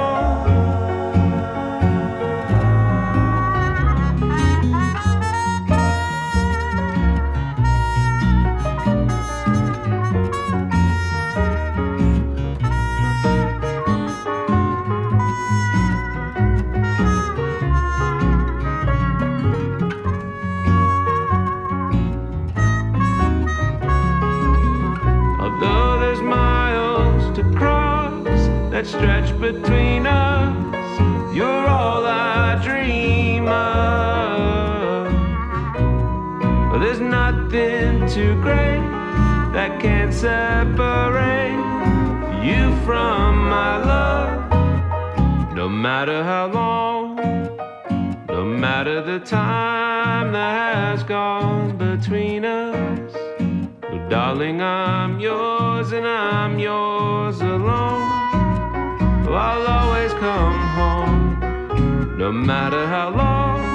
That stretch between us, you're all I dream of. Well, there's nothing too great that can't separate you from my love. No matter how long, no matter the time that has gone between us, oh, darling, I'm yours and I'm yours alone. I'll always come home, no matter how long.